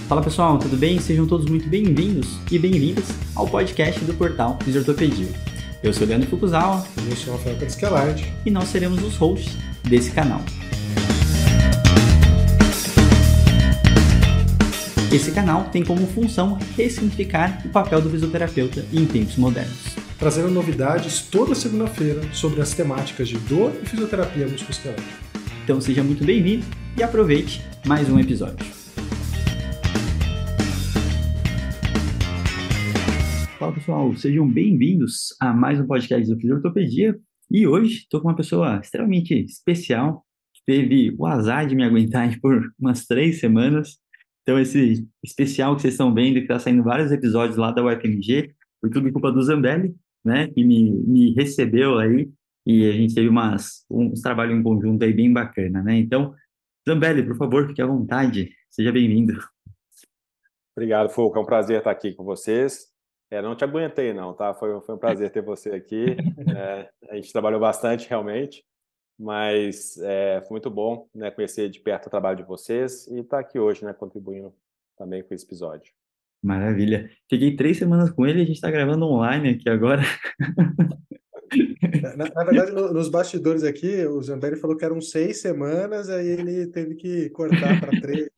Fala pessoal, tudo bem? Sejam todos muito bem-vindos e bem-vindas ao podcast do portal Fisiortopedia. Eu sou o Leandro Fukuzawa E eu sou o Rafael Cariscalard. e nós seremos os hosts desse canal. Esse canal tem como função ressignificar o papel do fisioterapeuta em tempos modernos. Trazendo novidades toda segunda-feira sobre as temáticas de dor e fisioterapia musculoesquelética. Então seja muito bem-vindo e aproveite mais um episódio. Fala pessoal, sejam bem-vindos a mais um podcast do Fisiortopedia. E hoje estou com uma pessoa extremamente especial, que teve o azar de me aguentar aí por umas 3 semanas. Então esse especial que vocês estão vendo, que está saindo vários episódios lá da UFMG, foi tudo culpa do Zambelli, né, que me recebeu aí, e a gente teve uns trabalhos em conjunto aí bem bacana, né? Então, Zambelli, por favor, fique à vontade, seja bem-vindo. Obrigado, Fulco. É um prazer estar aqui com vocês. Não te aguentei, não, tá? Foi um prazer ter você aqui. A gente trabalhou bastante, realmente, mas foi muito bom, né, conhecer de perto o trabalho de vocês e estar aqui hoje, né, contribuindo também com esse episódio. Maravilha. Fiquei 3 semanas com ele, a gente está gravando online aqui agora. Na verdade, nos bastidores aqui, o Zambelli falou que eram 6 semanas, aí ele teve que cortar para 3.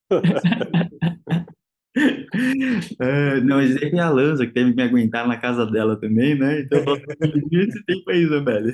Não, mas é a Lanza que teve que me aguentar na casa dela também, né? Então, eu falo, esse tempo aí, Zambelli.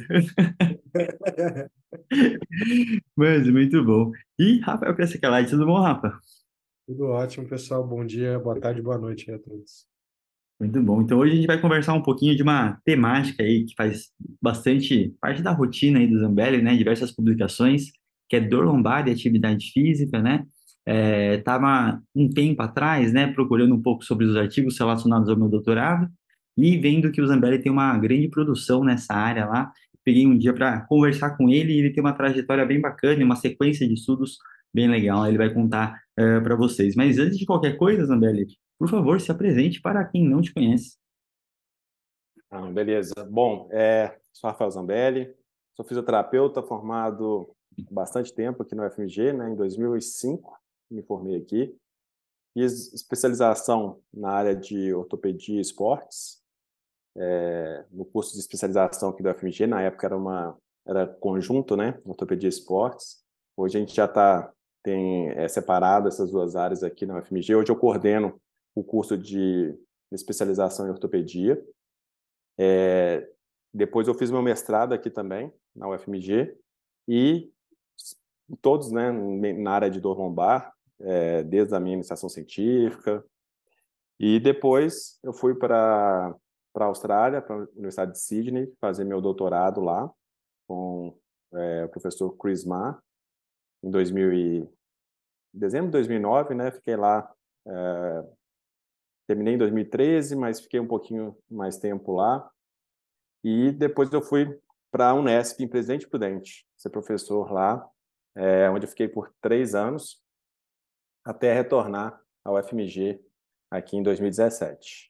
Mas, muito bom. E Rafael Crescicalati, tudo bom, Rafa? Tudo ótimo, pessoal. Bom dia, boa tarde, boa noite a todos. Muito bom. Então, hoje a gente vai conversar um pouquinho de uma temática aí que faz bastante parte da rotina aí do Zambelli, né? Diversas publicações, que é dor lombar e atividade física, né? Tava um tempo atrás, né, procurando um pouco sobre os artigos relacionados ao meu doutorado e vendo que o Zambelli tem uma grande produção nessa área lá. Peguei um dia para conversar com ele e ele tem uma trajetória bem bacana, e uma sequência de estudos bem legal. Ele vai contar para vocês. Mas antes de qualquer coisa, Zambelli, por favor, se apresente para quem não te conhece. Beleza. Bom, sou Rafael Zambelli, sou fisioterapeuta formado há bastante tempo aqui no UFMG, né, em 2005, me formei aqui. Fiz especialização na área de ortopedia e esportes, no curso de especialização aqui do UFMG. Na época era conjunto, né, ortopedia e esportes. Hoje a gente já tem separado essas duas áreas aqui na UFMG. Hoje eu coordeno o curso de especialização em ortopedia. Depois eu fiz meu mestrado aqui também, na UFMG, e todos, né, na área de dor lombar, desde a minha iniciação científica. E depois eu fui para a Austrália, para a Universidade de Sydney, fazer meu doutorado lá, com o professor Chris Ma, em dezembro de 2009, né? Fiquei lá, terminei em 2013, mas fiquei um pouquinho mais tempo lá. E depois eu fui para a Unesp, em Presidente Prudente, ser professor lá, onde eu fiquei por 3 anos, até retornar ao UFMG aqui em 2017.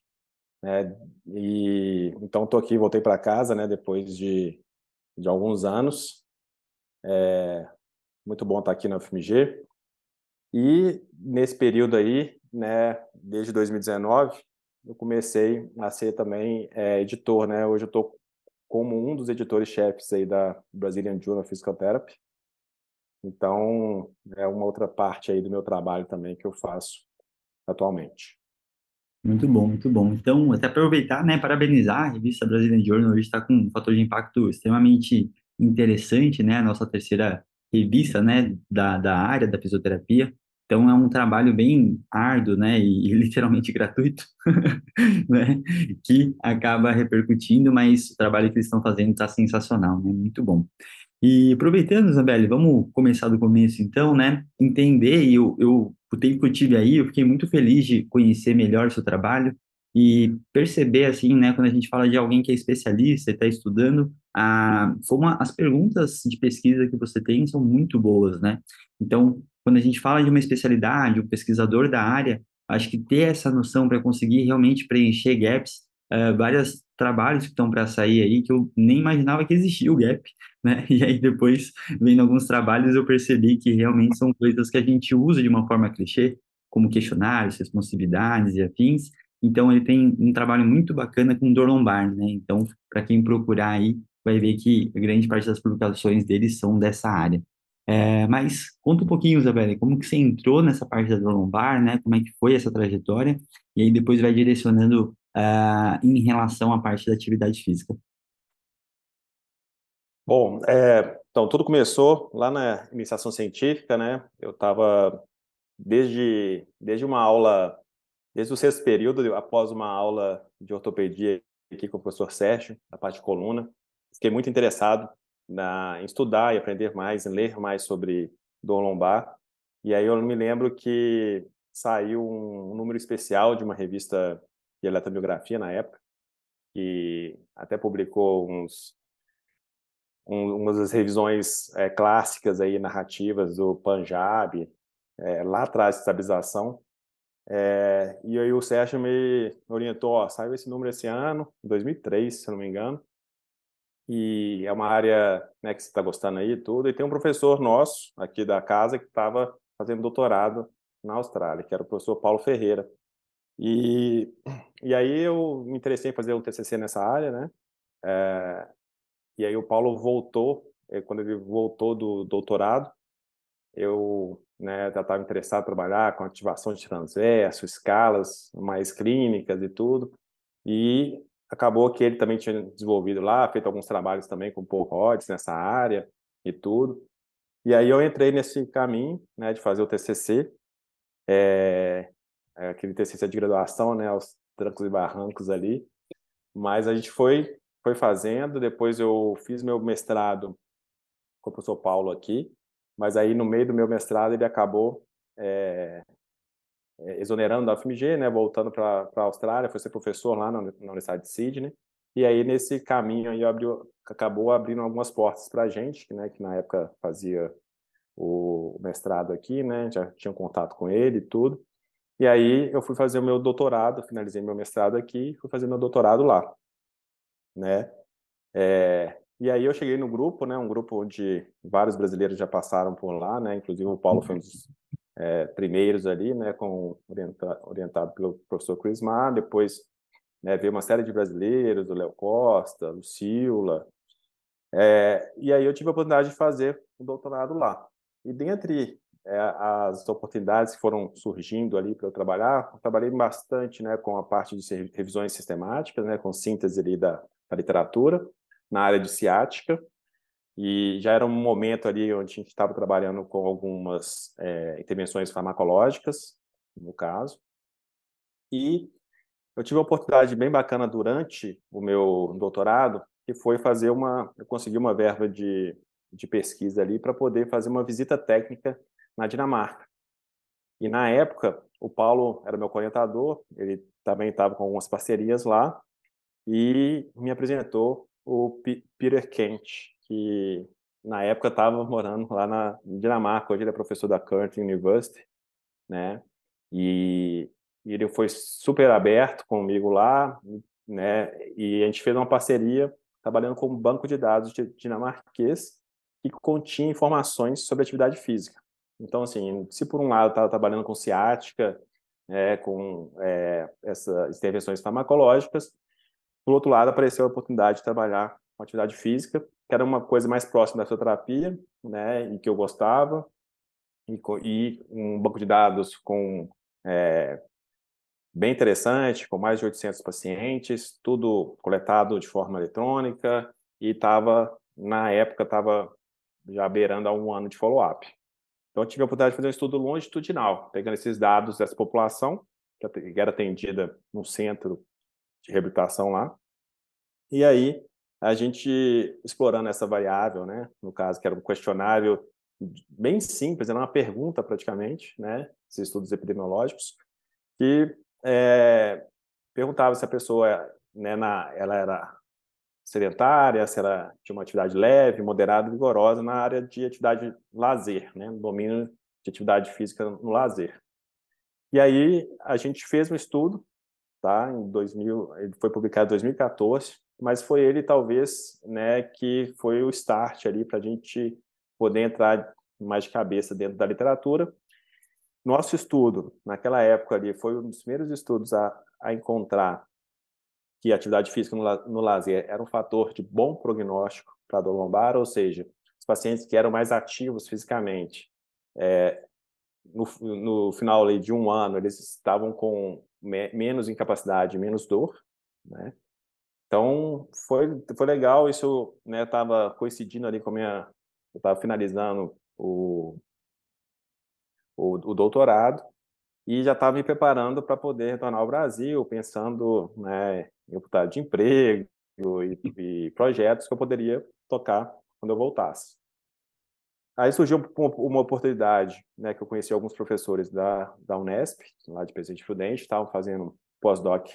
E então estou aqui, voltei para casa, né, depois de alguns anos. Muito bom estar aqui na UFMG. E nesse período aí, né, desde 2019, eu comecei a ser também editor, né? Hoje eu estou como um dos editores-chefes aí da Brazilian Journal of Physical Therapy. Então, é uma outra parte aí do meu trabalho também que eu faço atualmente. Muito bom, muito bom. Então, até aproveitar, né, parabenizar a revista Brazilian Journal, hoje está com um fator de impacto extremamente interessante, né, a nossa terceira revista, né, da área da fisioterapia. Então, é um trabalho bem árduo, né, e literalmente gratuito, né, que acaba repercutindo, mas o trabalho que eles estão fazendo está sensacional, né, muito bom. E aproveitando, Isabelle, vamos começar do começo então, né? Entender, e o tempo que eu tive aí, eu fiquei muito feliz de conhecer melhor o seu trabalho e perceber, assim, né, quando a gente fala de alguém que é especialista e está estudando, as perguntas de pesquisa que você tem são muito boas, né? Então, quando a gente fala de uma especialidade, um pesquisador da área, acho que ter essa noção para conseguir realmente preencher gaps, vários trabalhos que estão para sair aí, que eu nem imaginava que existia o gap, né? E aí depois, vendo alguns trabalhos, eu percebi que realmente são coisas que a gente usa de uma forma clichê, como questionários, responsividades e afins. Então, ele tem um trabalho muito bacana com dor lombar, né? Então, para quem procurar aí, vai ver que a grande parte das publicações dele são dessa área. Mas conta um pouquinho, Isabelle, como que você entrou nessa parte da dor lombar, né? Como é que foi essa trajetória? E aí depois vai direcionando em relação à parte da atividade física. Bom, então tudo começou lá na iniciação científica, né? Eu estava desde uma aula, desde o sexto período, após uma aula de ortopedia aqui com o professor Sérgio, na parte de coluna, fiquei muito interessado em estudar e aprender mais, em ler mais sobre dor lombar. E aí eu me lembro que saiu um número especial de uma revista de eletromiografia na época, que até publicou umas das revisões clássicas aí, narrativas do Punjab, lá atrás de estabilização. E aí o Sérgio me orientou, ó, saiu esse número esse ano, 2003, se eu não me engano, e é uma área, né, que você está gostando aí e tudo, e tem um professor nosso aqui da casa que estava fazendo doutorado na Austrália, que era o professor Paulo Ferreira. E, e aí eu me interessei em fazer um TCC nessa área, né? E aí o Paulo voltou, quando ele voltou do doutorado, eu, né, já estava interessado em trabalhar com ativação de transverso, escalas mais clínicas e tudo, e acabou que ele também tinha desenvolvido lá, feito alguns trabalhos também com Paul Rhodes nessa área e tudo. E aí eu entrei nesse caminho, né, de fazer o TCC, aquele TCC de graduação, né, aos trancos e barrancos ali, mas a gente foi fazendo, depois eu fiz meu mestrado com o professor Paulo aqui, mas aí no meio do meu mestrado ele acabou exonerando da UFMG, né, voltando para a Austrália, foi ser professor lá na Universidade de Sydney, e aí nesse caminho aí acabou abrindo algumas portas para a gente, né, que na época fazia o mestrado aqui, né, já tinha contato com ele e tudo, e aí eu fui fazer o meu doutorado, finalizei meu mestrado aqui, fui fazer meu doutorado lá, né. E aí eu cheguei no grupo, né, um grupo onde vários brasileiros já passaram por lá, né, inclusive o Paulo foi um dos primeiros ali, né, orientado pelo professor Chris Marr, depois, né, veio uma série de brasileiros, o Léo Costa, Lucila, e aí eu tive a oportunidade de fazer o doutorado lá. E dentre as oportunidades que foram surgindo ali para eu trabalhar, eu trabalhei bastante, né, com a parte de revisões sistemáticas, né, com síntese ali da literatura, na área de ciática, e já era um momento ali onde a gente estava trabalhando com algumas intervenções farmacológicas, no caso, e eu tive uma oportunidade bem bacana durante o meu doutorado, que foi eu consegui uma verba de pesquisa ali para poder fazer uma visita técnica na Dinamarca. E na época, o Paulo era meu orientador, ele também estava com algumas parcerias lá, e me apresentou o Peter Kent, que na época estava morando lá na Dinamarca, hoje ele é professor da Curtin University, né? E, e ele foi super aberto comigo lá, né? E a gente fez uma parceria trabalhando com um banco de dados dinamarquês que continha informações sobre atividade física. Então, assim, se por um lado estava trabalhando com ciática, com essas intervenções farmacológicas, por outro lado, apareceu a oportunidade de trabalhar com atividade física, que era uma coisa mais próxima da fisioterapia, né, e que eu gostava, e um banco de dados bem interessante, com mais de 800 pacientes, tudo coletado de forma eletrônica, e na época, estava já beirando a 1 ano de follow-up. Então, eu tive a oportunidade de fazer um estudo longitudinal, pegando esses dados dessa população, que era atendida no centro de reabilitação lá, e aí, a gente explorando essa variável, né, no caso, que era um questionário bem simples, era uma pergunta praticamente, né, esses estudos epidemiológicos, que perguntava se a pessoa, né, ela era sedentária, se ela tinha uma atividade leve, moderada, vigorosa na área de atividade lazer, né, no domínio de atividade física no lazer. E aí, a gente fez um estudo, tá? Ele foi publicado em 2014, mas foi ele talvez, né, que foi o start ali para a gente poder entrar mais de cabeça dentro da literatura. nosso estudo, naquela época ali, foi um dos primeiros estudos a encontrar que a atividade física no lazer era um fator de bom prognóstico para a dor lombar, ou seja, os pacientes que eram mais ativos fisicamente, no final ali de um ano, eles estavam com menos incapacidade, menos dor, né? Então, foi legal, isso, né, estava coincidindo ali com eu estava finalizando o doutorado, e já estava me preparando para poder retornar ao Brasil, pensando, né, em oportunidade de emprego e projetos que eu poderia tocar quando eu voltasse. Aí surgiu uma oportunidade, né, que eu conheci alguns professores da Unesp, lá de Presidente Prudente, estavam fazendo pós-doc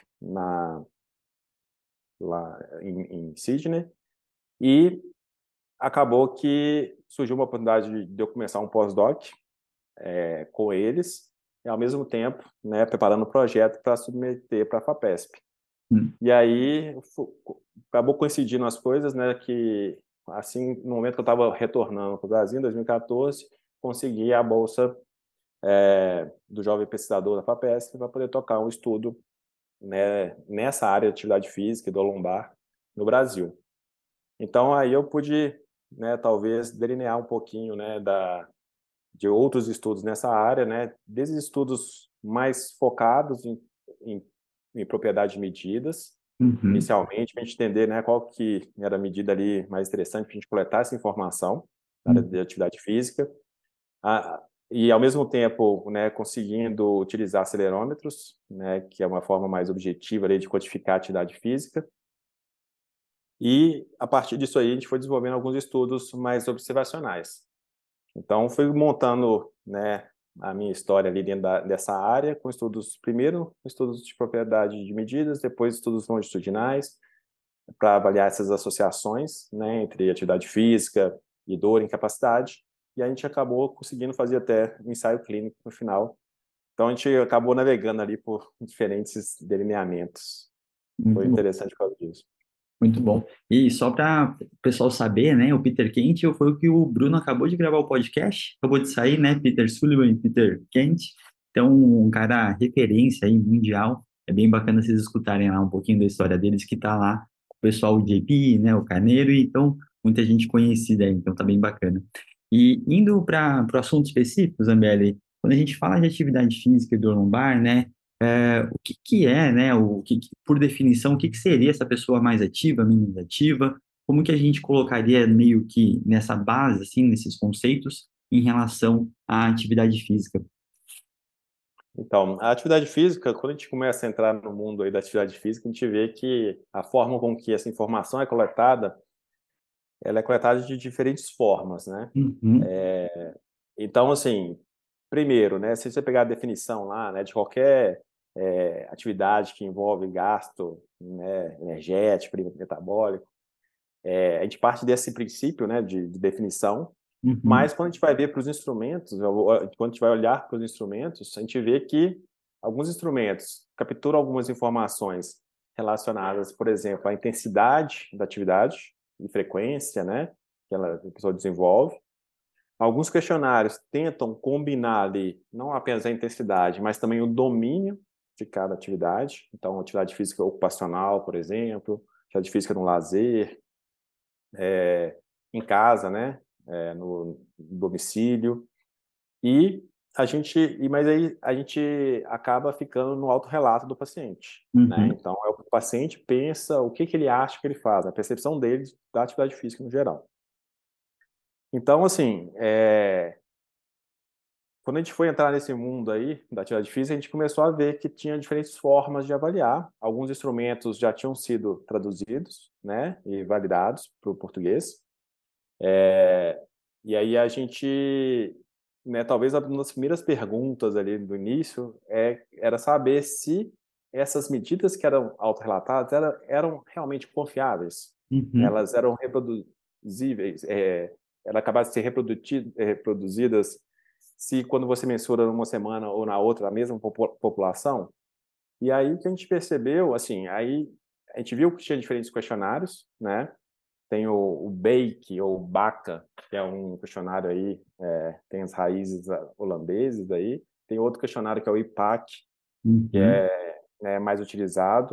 lá em Sydney, e acabou que surgiu uma oportunidade de eu começar um pós-doc com eles, e ao mesmo tempo, né, preparando o projeto para submeter para a FAPESP. E aí acabou coincidindo as coisas, né, que assim, no momento que eu estava retornando para o Brasil, em 2014, consegui a bolsa do jovem pesquisador da FAPESP para poder tocar um estudo, né, nessa área de atividade física e do lombar no Brasil. Então aí eu pude, né, talvez delinear um pouquinho, né, de outros estudos nessa área, né, desde estudos mais focados em propriedades de medidas, inicialmente, para a gente entender, né, qual que era a medida ali mais interessante para a gente coletar essa informação na área de atividade física, e ao mesmo tempo, né, conseguindo utilizar acelerômetros, né, que é uma forma mais objetiva ali de quantificar a atividade física. E a partir disso aí a gente foi desenvolvendo alguns estudos mais observacionais. Então fui montando, né, a minha história ali dentro dessa área, com estudos, primeiro estudos de propriedade de medidas, depois estudos longitudinais, para avaliar essas associações, né, entre atividade física e dor e incapacidade, e a gente acabou conseguindo fazer até um ensaio clínico no final. Então a gente acabou navegando ali por diferentes delineamentos. Muito Foi bom. interessante por causa disso. Muito bom. E só para o pessoal saber, né, o Peter Kent foi o que o Bruno acabou de gravar o podcast, acabou de sair, né, Peter Sullivan e Peter Kent. Então, um cara referência aí mundial. É bem bacana vocês escutarem lá um pouquinho da história deles, que tá lá o pessoal, o JP, né, o Carneiro, e então muita gente conhecida aí, então tá bem bacana. E indo para o assunto específico, Zambelli, quando a gente fala de atividade física e dor lombar, né, o que que é, né, por definição, o que que seria essa pessoa mais ativa, menos ativa? Como que a gente colocaria meio que nessa base, assim, nesses conceitos, em relação à atividade física? Então, a atividade física, quando a gente começa a entrar no mundo aí da atividade física, a gente vê que a forma com que essa informação é coletada, ela é coletada de diferentes formas, né? Uhum, Então, assim, primeiro, né, se você pegar a definição lá, né, de qualquer atividade que envolve gasto, né, energético, metabólico, a gente parte desse princípio, né, de definição, uhum, mas quando a gente vai ver para os instrumentos, quando a gente vai olhar para os instrumentos, a gente vê que alguns instrumentos capturam algumas informações relacionadas, por exemplo, à intensidade da atividade e frequência, né, que a pessoa desenvolve. Alguns questionários tentam combinar ali não apenas a intensidade, mas também o domínio de cada atividade. Então, atividade física ocupacional, por exemplo, atividade física no lazer, em casa, né, no domicílio. Mas aí a gente acaba ficando no autorrelato do paciente, né? uhum. Então, é o que o paciente pensa, o que que ele acha que ele faz, a percepção dele da atividade física no geral. Então, assim, quando a gente foi entrar nesse mundo aí da atividade física, a gente começou a ver que tinha diferentes formas de avaliar. Alguns instrumentos já tinham sido traduzidos, né, e validados para o português. E aí a gente, né, talvez uma das primeiras perguntas ali do início era saber se essas medidas que eram autorrelatadas eram realmente confiáveis. Uhum. Elas eram reproduzíveis, elas acabaram de ser reproduzidas se quando você mensura numa semana ou na outra a mesma população. E aí o que a gente percebeu, assim, aí a gente viu que tinha diferentes questionários, né? Tem o Bake ou BACA, que é um questionário aí, tem as raízes holandeses aí. tem outro questionário que é o IPAC, que Uhum. é mais utilizado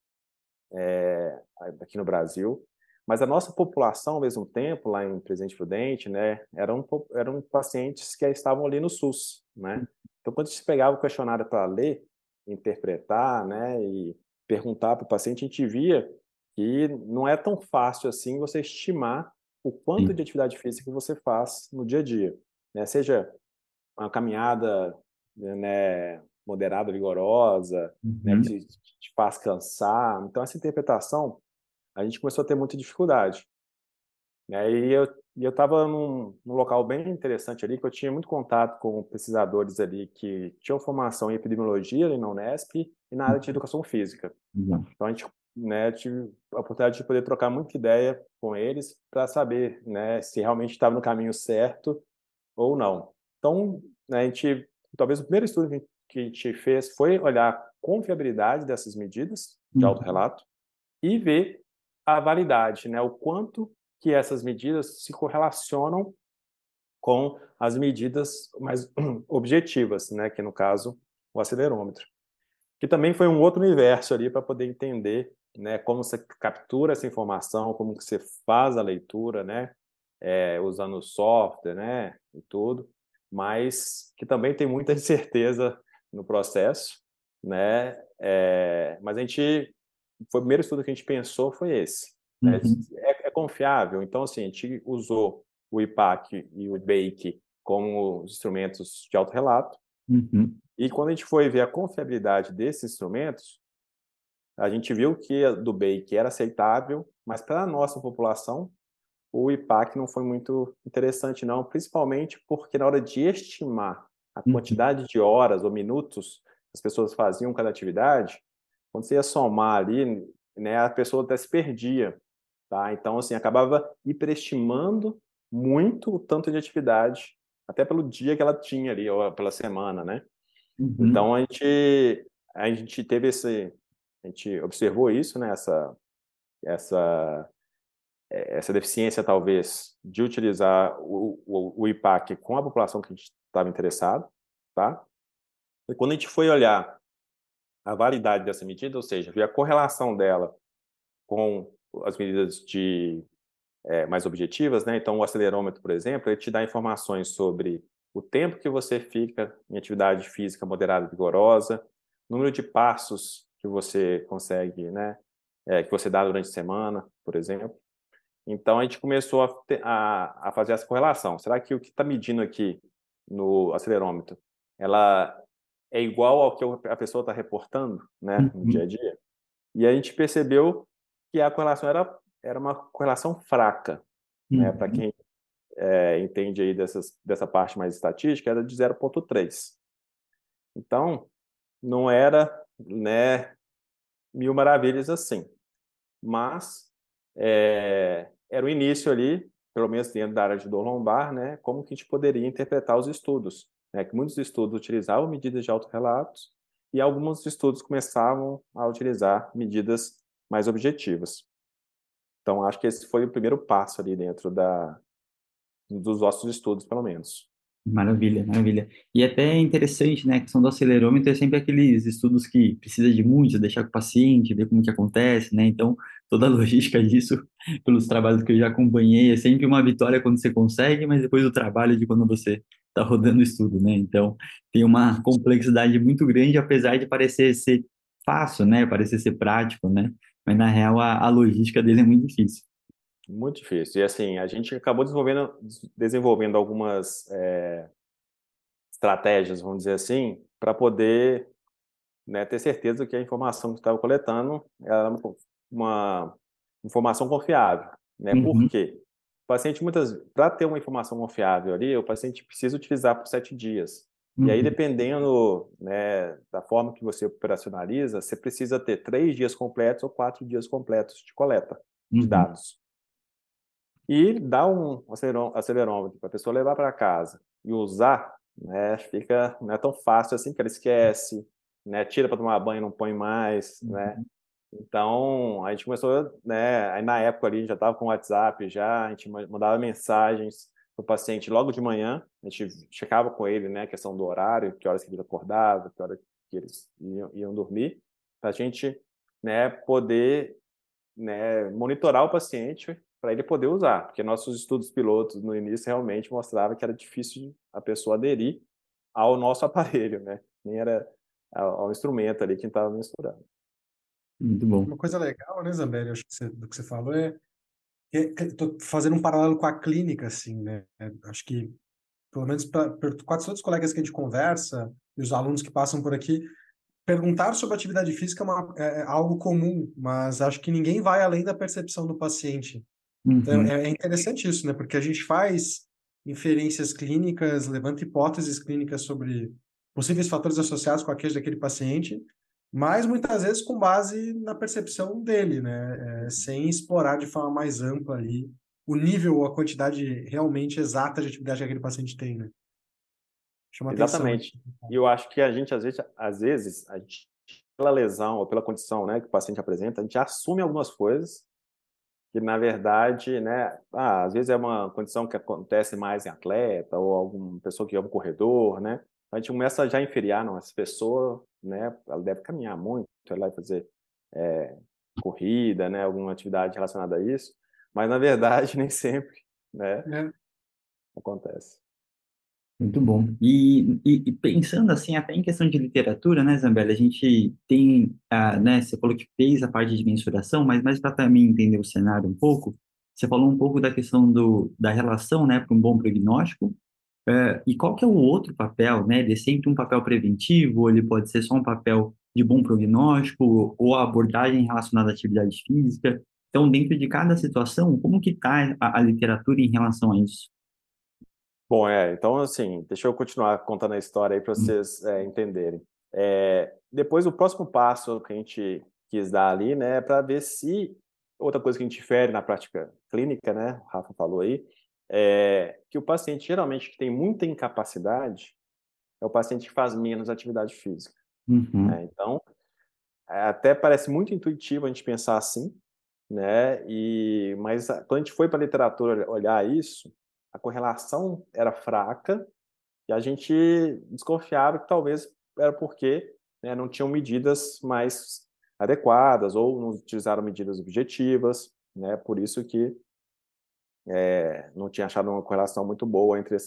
aqui no Brasil. Mas a nossa população, ao mesmo tempo, lá em Presidente Prudente, né, eram pacientes que estavam ali no SUS, né? Então, quando a gente pegava o questionário para ler, interpretar, né, e perguntar para o paciente, a gente via que não é tão fácil assim você estimar o quanto Sim. de atividade física você faz no dia a dia, né? Seja uma caminhada, né, moderada, vigorosa, né, Uhum. que te faz cansar. Então, essa interpretação, a gente começou a ter muita dificuldade, né? E eu estava num local bem interessante ali, que eu tinha muito contato com pesquisadores ali que tinham formação em epidemiologia ali na Unesp e na área de educação física. Exato. Então, a gente, né, tive a oportunidade de poder trocar muita ideia com eles para saber, né, se realmente estava no caminho certo ou não. Então, né, talvez o primeiro estudo que a gente fez foi olhar a confiabilidade dessas medidas de Uhum. autorrelato e ver a validade, né, o quanto que essas medidas se correlacionam com as medidas mais objetivas, né, que no caso o acelerômetro, que também foi um outro universo ali para poder entender, né, como você captura essa informação, como que você faz a leitura, né, usando o software, né, e tudo, mas que também tem muita incerteza no processo, né, mas a gente, foi o primeiro estudo que a gente pensou foi esse, né, Uhum. é confiável, então assim, a gente usou o IPAC e o BAKE como instrumentos de autorrelato, Uhum. e quando a gente foi ver a confiabilidade desses instrumentos, a gente viu que a do BAKE era aceitável, mas para a nossa população, o IPAC não foi muito interessante não, principalmente porque na hora de estimar a Uhum. quantidade de horas ou minutos que as pessoas faziam cada atividade, quando você ia somar ali, né, a pessoa até se perdia, tá? Então, assim, acabava hiperestimando muito o tanto de atividade, até pelo dia que ela tinha ali, ou pela semana, né? Uhum. Então, a gente teve a gente observou isso, né, essa essa deficiência, talvez, de utilizar o IPAC com a população que a gente estava interessado, tá? E quando a gente foi olhar a validade dessa medida, ou seja, ver a correlação dela com as medidas mais objetivas, né? Então, o acelerômetro, por exemplo, ele te dá informações sobre o tempo que você fica em atividade física moderada e vigorosa, número de passos que você consegue, né? Que você dá durante a semana, por exemplo. Então, a gente começou a fazer essa correlação. Será que o que está medindo aqui no acelerômetro, ela é igual ao que a pessoa está reportando, né, no dia Uhum. a dia? E a gente percebeu que a correlação era uma correlação fraca, né? Para Uhum. quem entende aí dessa parte mais estatística, era de 0,3. Então, não era, né, mil maravilhas assim. Mas era o início ali, pelo menos dentro da área de dor lombar, né, como que a gente poderia interpretar os estudos, né, que muitos estudos utilizavam medidas de autorrelatos e alguns estudos começavam a utilizar medidas mais objetivas. Então, acho que esse foi o primeiro passo ali dentro dos nossos estudos, pelo menos. Maravilha, maravilha. E até é interessante, né? A questão do acelerômetro é sempre aqueles estudos que precisa de muito, deixar com o paciente, ver como que acontece, né? Então, toda a logística disso, pelos trabalhos que eu já acompanhei, é sempre uma vitória quando você consegue, mas depois o trabalho de quando você está rodando o estudo, né? Então, tem uma complexidade muito grande, apesar de parecer ser fácil, né? Parecer ser prático, né? Mas, na real, a logística dele é muito difícil. Muito difícil. E assim, a gente acabou desenvolvendo algumas estratégias, vamos dizer assim, para poder, né, ter certeza que a informação que estava coletando era uma informação confiável, né? Por Uhum. quê? O paciente para ter uma informação confiável ali, o paciente precisa utilizar por 7 dias. E aí, Uhum. dependendo, né, da forma que você operacionaliza, você precisa ter 3 dias completos ou 4 dias completos de coleta de Uhum. dados. E dar um acelerômetro para a pessoa levar para casa e usar, né, não é tão fácil assim, que ela esquece, né, tira para tomar banho e não põe mais, né. Uhum. Então, a gente começou, né, aí na época ali já estava com o WhatsApp já, a gente mandava mensagens o paciente logo de manhã, a gente checava com ele, né, a questão do horário, que horas que ele acordava, que hora que eles iam dormir, para a gente, né, poder, né, monitorar o paciente para ele poder usar, porque nossos estudos pilotos no início realmente mostravam que era difícil a pessoa aderir ao nosso aparelho, né, nem era ao instrumento ali que estava mensurando. Muito bom. Uma coisa legal, né, Zambelli, acho que do que você falou tô fazendo um paralelo com a clínica, assim, né? Acho que, pelo menos para quase todos os colegas que a gente conversa e os alunos que passam por aqui, perguntar sobre atividade física é algo comum, mas acho que ninguém vai além da percepção do paciente. Então, Uhum. é interessante isso, né? Porque a gente faz inferências clínicas, levanta hipóteses clínicas sobre possíveis fatores associados com a queixa daquele paciente, mas muitas vezes com base na percepção dele, né? Sem explorar de forma mais ampla ali o nível ou a quantidade realmente exata de atividade que aquele paciente tem, né? Chama atenção isso. Exatamente. E eu acho que a gente, às vezes, pela lesão ou pela condição, né, que o paciente apresenta, a gente assume algumas coisas que, na verdade, né, às vezes é uma condição que acontece mais em atleta ou alguma pessoa que é um corredor, né? A gente começa já a inferir, não, essa pessoa, né, ela deve caminhar muito, ela vai fazer corrida, né, alguma atividade relacionada a isso, mas, na verdade, nem sempre, né, É, acontece. Muito bom. E pensando assim, até em questão de literatura, né, Zambelli, a gente tem, né, você falou que fez a parte de mensuração, mas mais para também entender o cenário um pouco, você falou um pouco da questão da relação, né, para um bom prognóstico, e qual que é o outro papel, né? Ele é sempre um papel preventivo, ou ele pode ser só um papel de bom prognóstico, ou a abordagem relacionada à atividade física. Então, dentro de cada situação, como que está a literatura em relação a isso? Bom, então, assim, deixa eu continuar contando a história aí para vocês entenderem. Depois, o próximo passo que a gente quis dar ali, né, é para ver se outra coisa que a gente infere na prática clínica, né, o Rafa falou aí, é que o paciente geralmente que tem muita incapacidade é o paciente que faz menos atividade física, Uhum, né? Então, até parece muito intuitivo a gente pensar assim, né? Mas quando a gente foi para a literatura olhar isso, a correlação era fraca e a gente desconfiava que talvez era porque, né, não tinham medidas mais adequadas ou não utilizaram medidas objetivas, né? Por isso que não tinha achado uma correlação muito boa entre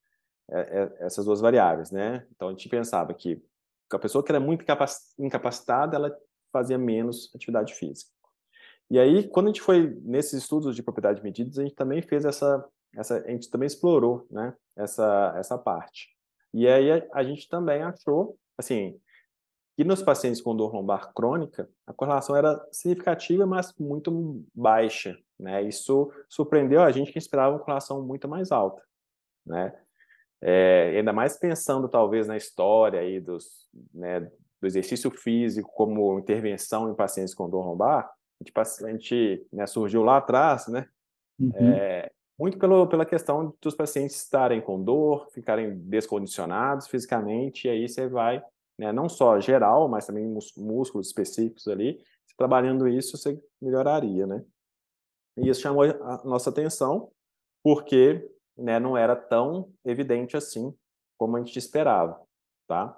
essas duas variáveis, né? Então a gente pensava que a pessoa que era muito incapacitada, ela fazia menos atividade física. E aí, quando a gente foi nesses estudos de propriedade de medidas, a gente também fez a gente também explorou, né, essa parte. E aí a gente também achou, assim, que nos pacientes com dor lombar crônica, a correlação era significativa, mas muito baixa, né? Isso surpreendeu a gente que esperava uma correlação muito mais alta, né? Ainda mais pensando talvez na história aí né, do exercício físico como intervenção em pacientes com dor lombar, a gente, né, surgiu lá atrás, né, uhum. muito pela questão dos pacientes estarem com dor, ficarem descondicionados fisicamente, e aí você vai, né, não só geral, mas também músculos específicos ali, trabalhando isso, você melhoraria, né? E isso chamou a nossa atenção, porque, né, não era tão evidente assim como a gente esperava, tá?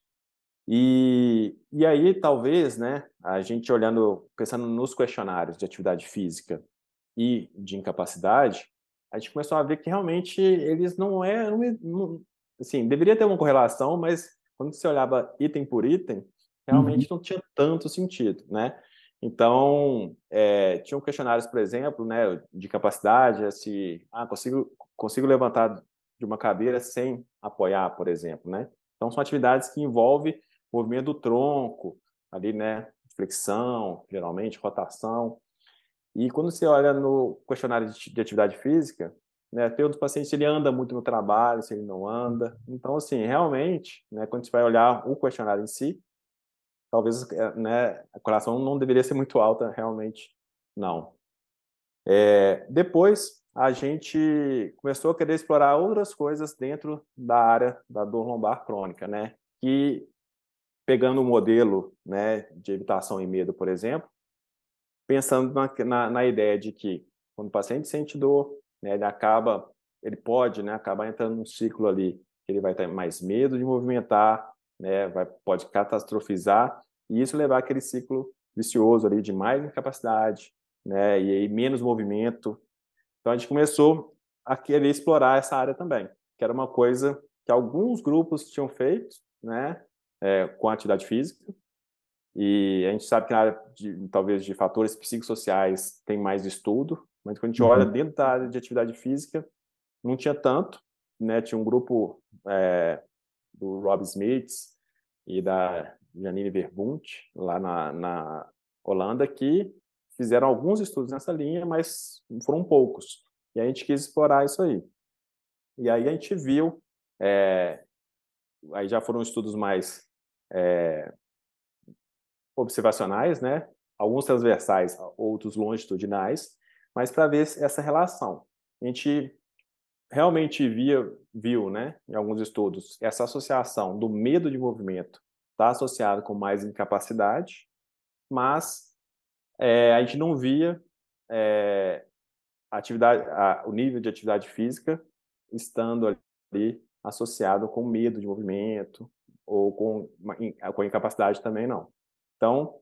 E aí, talvez, né, a gente olhando, pensando nos questionários de atividade física e de incapacidade, a gente começou a ver que realmente eles assim, deveria ter uma correlação, mas quando você olhava item por item, Uhum, realmente não tinha tanto sentido, né? Então, tinham questionários, por exemplo, né, de capacidade, se consigo levantar de uma cadeira sem apoiar, por exemplo, né? Então, são atividades que envolvem movimento do tronco, ali, né, flexão, geralmente, rotação. E quando você olha no questionário de atividade física, né, tem outros pacientes, ele anda muito no trabalho, se ele não anda. Então, assim, realmente, né, quando você vai olhar o questionário em si, talvez, né, a correlação não deveria ser muito alta, realmente, não. Depois, a gente começou a querer explorar outras coisas dentro da área da dor lombar crônica, né, que, pegando o modelo, né, de evitação e medo, por exemplo, pensando na ideia de que quando o paciente sente dor, né, ele acaba ele pode, né, acabar entrando num ciclo ali que ele vai ter mais medo de movimentar, né, pode catastrofizar e isso levar aquele ciclo vicioso ali de mais incapacidade, né, e aí menos movimento. Então a gente começou a querer explorar essa área também, que era uma coisa que alguns grupos tinham feito, né, com atividade física, e a gente sabe que na área talvez de fatores psicossociais tem mais estudo, mas quando a gente olha Uhum. dentro da área de atividade física, não tinha tanto, né? Tinha um grupo do Rob Smith e da Janine Verbund, lá na Holanda, que fizeram alguns estudos nessa linha, mas foram poucos. E a gente quis explorar isso aí. E aí a gente viu, aí já foram estudos mais observacionais, né? Alguns transversais, outros longitudinais, mas para ver essa relação. A gente realmente viu, né, em alguns estudos, essa associação do medo de movimento está associado com mais incapacidade, mas a gente não via o nível de atividade física estando ali associado com medo de movimento ou com incapacidade também não. Então,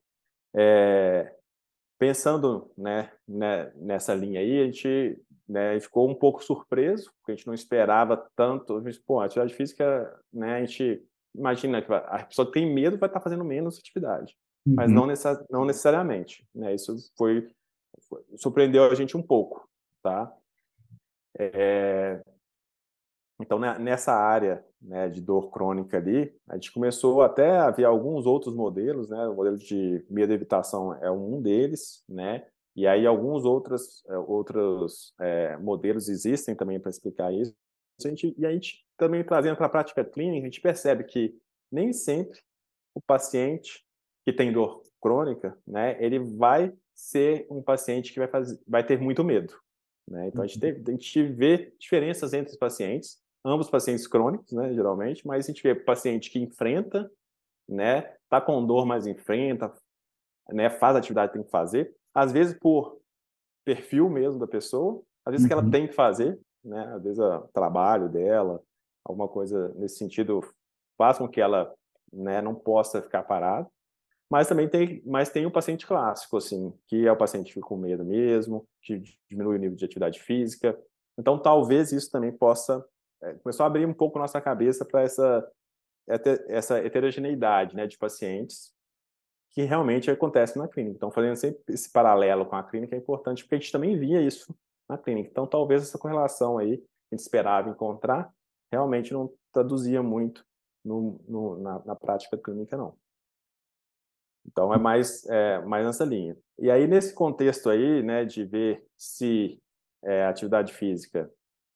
pensando, nessa linha aí, a gente, né, ficou um pouco surpreso, porque a gente não esperava tanto. Pô, a atividade física, né, a gente imagina que a pessoa que tem medo vai estar fazendo menos atividade, mas Uhum. não necessariamente, né? Isso surpreendeu a gente um pouco, tá? Então, nessa área, né, de dor crônica ali, a gente começou até a ver alguns outros modelos, né? O modelo de medo e evitação é um deles, né? E aí alguns outros modelos existem também para explicar isso. E a gente também trazendo para a prática clínica, a gente percebe que nem sempre o paciente que tem dor crônica, né, ele vai ser um paciente que vai ter muito medo, né? Então a gente vê diferenças entre os pacientes, ambos pacientes crônicos, né, geralmente, mas a gente vê paciente que enfrenta, né, tá com dor, mas enfrenta, né, faz a atividade que tem que fazer, às vezes por perfil mesmo da pessoa, às vezes que ela Uhum. tem que fazer, né, às vezes o trabalho dela, alguma coisa nesse sentido faz com que ela, né, não possa ficar parada. Mas tem o paciente clássico, assim, que é o paciente que fica com medo mesmo, que diminui o nível de atividade física. Então, talvez isso também possa começar a abrir um pouco nossa cabeça para essa heterogeneidade, né, de pacientes que realmente acontece na clínica. Então, fazendo sempre esse paralelo com a clínica é importante, porque a gente também via isso na clínica. Então, talvez essa correlação aí, que a gente esperava encontrar, realmente não traduzia muito na prática clínica, não. Então, mais nessa linha. E aí, nesse contexto aí, né, de ver se a atividade física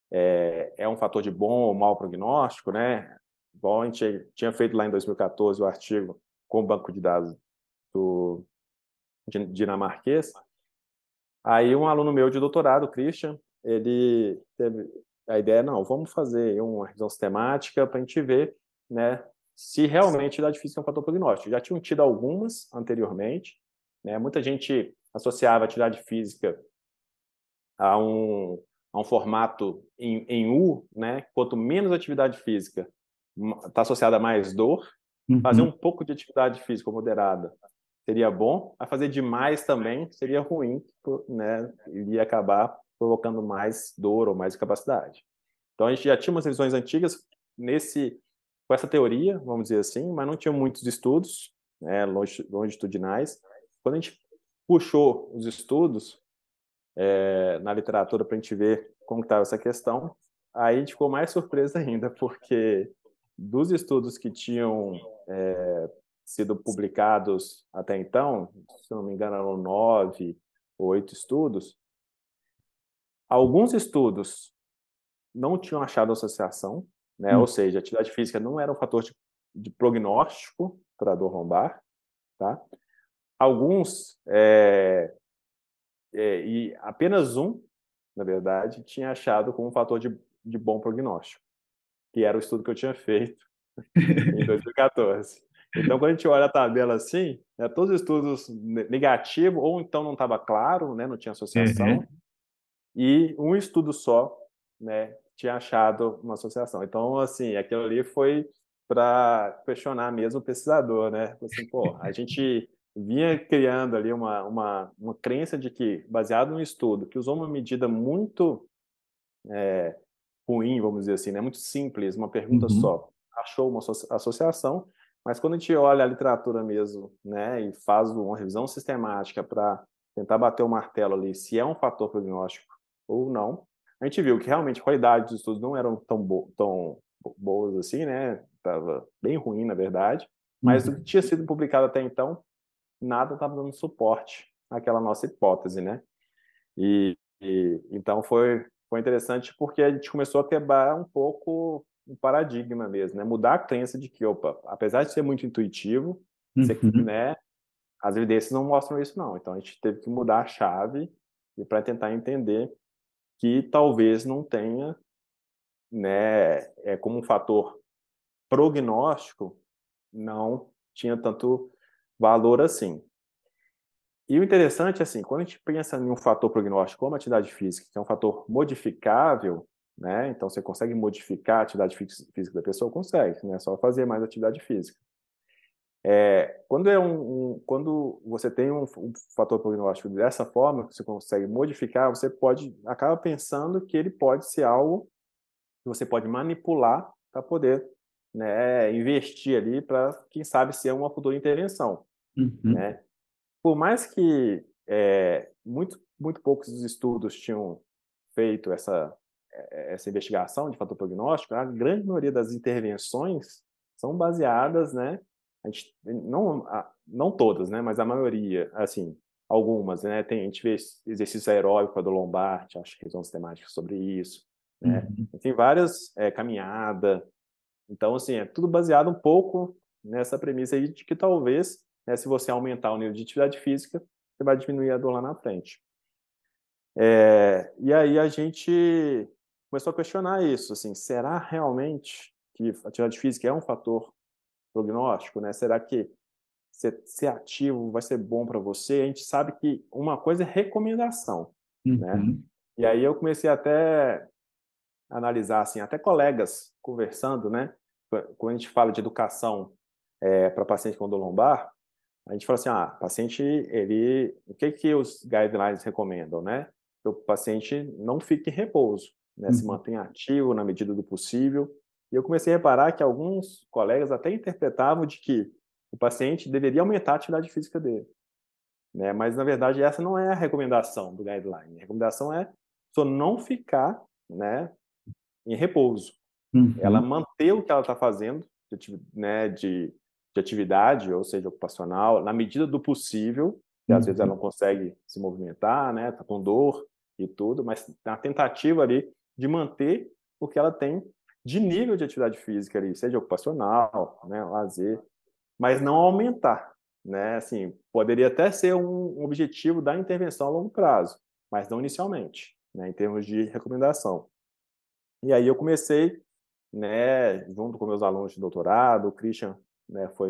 é um fator de bom ou mau prognóstico, né? Bom, a gente tinha feito lá em 2014 o artigo com o banco de dados do dinamarquês. Aí, um aluno meu de doutorado, o Christian, ele teve a ideia, não, vamos fazer uma revisão sistemática para a gente ver, né, se realmente a atividade física é um fator prognóstico. Já tinham tido algumas anteriormente, né? Muita gente associava a atividade física a um formato em U, né? Quanto menos atividade física, está associada a mais dor. Fazer Uhum. um pouco de atividade física moderada seria bom, a fazer demais também seria ruim, né? Iria acabar provocando mais dor ou mais incapacidade. Então a gente já tinha umas revisões antigas com essa teoria, vamos dizer assim, mas não tinha muitos estudos, né, longitudinais. Quando a gente puxou os estudos na literatura para a gente ver como estava essa questão, aí a gente ficou mais surpreso ainda, porque dos estudos que tinham sido publicados até então, se não me engano eram 9 ou 8 estudos, alguns estudos não tinham achado associação, né? Ou Uhum. seja, a atividade física não era um fator de prognóstico para a dor lombar, tá? Alguns, e apenas um, na verdade, tinha achado como um fator de bom prognóstico, que era o estudo que eu tinha feito em 2014. Então, quando a gente olha a tabela assim, né, todos os estudos negativos, ou então não estava claro, né, não tinha associação, Uhum. e um estudo só, né, tinha achado uma associação. Então, assim, aquilo ali foi para questionar mesmo o pesquisador, né? Assim, pô, a gente vinha criando ali uma crença de que, baseado num estudo que usou uma medida muito ruim, vamos dizer assim, né? Muito simples, uma pergunta Uhum. só, achou uma associação, mas quando a gente olha a literatura mesmo, né, e faz uma revisão sistemática para tentar bater o martelo ali, se é um fator prognóstico ou não, a gente viu que realmente a qualidade dos estudos não eram tão boas assim, né? Estava bem ruim, na verdade, mas o que Uhum. tinha sido publicado até então, nada estava dando suporte àquela nossa hipótese, né? Então foi interessante porque a gente começou a quebrar um pouco o paradigma mesmo, né? Mudar a crença de que, opa, apesar de ser muito intuitivo, você, Uhum. né, as evidências não mostram isso não. Então a gente teve que mudar a chave e para tentar entender que talvez não tenha, né, como um fator prognóstico, não tinha tanto valor assim. E o interessante, assim, quando a gente pensa em um fator prognóstico como a atividade física, que é um fator modificável, né? Então, você consegue modificar a atividade física da pessoa? Consegue, né? Só fazer mais atividade física. Quando você tem um fator prognóstico dessa forma, que você consegue modificar, você acaba pensando que ele pode ser algo que você pode manipular para poder, né, investir ali para, quem sabe, ser uma futura intervenção, Uhum. né? Por mais que muito poucos estudos tinham feito essa investigação de fator prognóstico, a grande maioria das intervenções são baseadas, né? Não todas, né? Mas a maioria, assim, algumas, né? A gente vê exercício aeróbico do lombar, acho que revisão sistemática sobre isso, né? Uhum. Tem várias, caminhada. Então, assim, é tudo baseado um pouco nessa premissa aí de que talvez, né, se você aumentar o nível de atividade física, você vai diminuir a dor lá na frente. E aí a gente começou a questionar isso, assim, será realmente que a atividade física é um fator prognóstico, né? Será que ser ativo vai ser bom para você? A gente sabe que uma coisa é recomendação, né? Uhum. E aí eu comecei até a analisar, assim, até colegas conversando, né? Quando a gente fala de educação para paciente com dor lombar, a gente fala assim, paciente, o que os guidelines recomendam, né? Que o paciente não fique em repouso, né? Se Uhum. mantenha ativo na medida do possível. E eu comecei a reparar que alguns colegas até interpretavam de que o paciente deveria aumentar a atividade física dele, né? Mas, na verdade, essa não é a recomendação do guideline. A recomendação é só não ficar, né, em repouso. Ela Uhum. manter o que ela está fazendo, né, de atividade, ou seja, ocupacional, na medida do possível, que às vezes ela não Uhum. consegue se movimentar, né, está com dor e tudo, mas na tentativa ali de manter o que ela tem de nível de atividade física ali, seja ocupacional, né, lazer, mas não aumentar, né, assim, poderia até ser um objetivo da intervenção a longo prazo, mas não inicialmente, né, em termos de recomendação. E aí eu comecei, né, junto com meus alunos de doutorado, o Christian, né, foi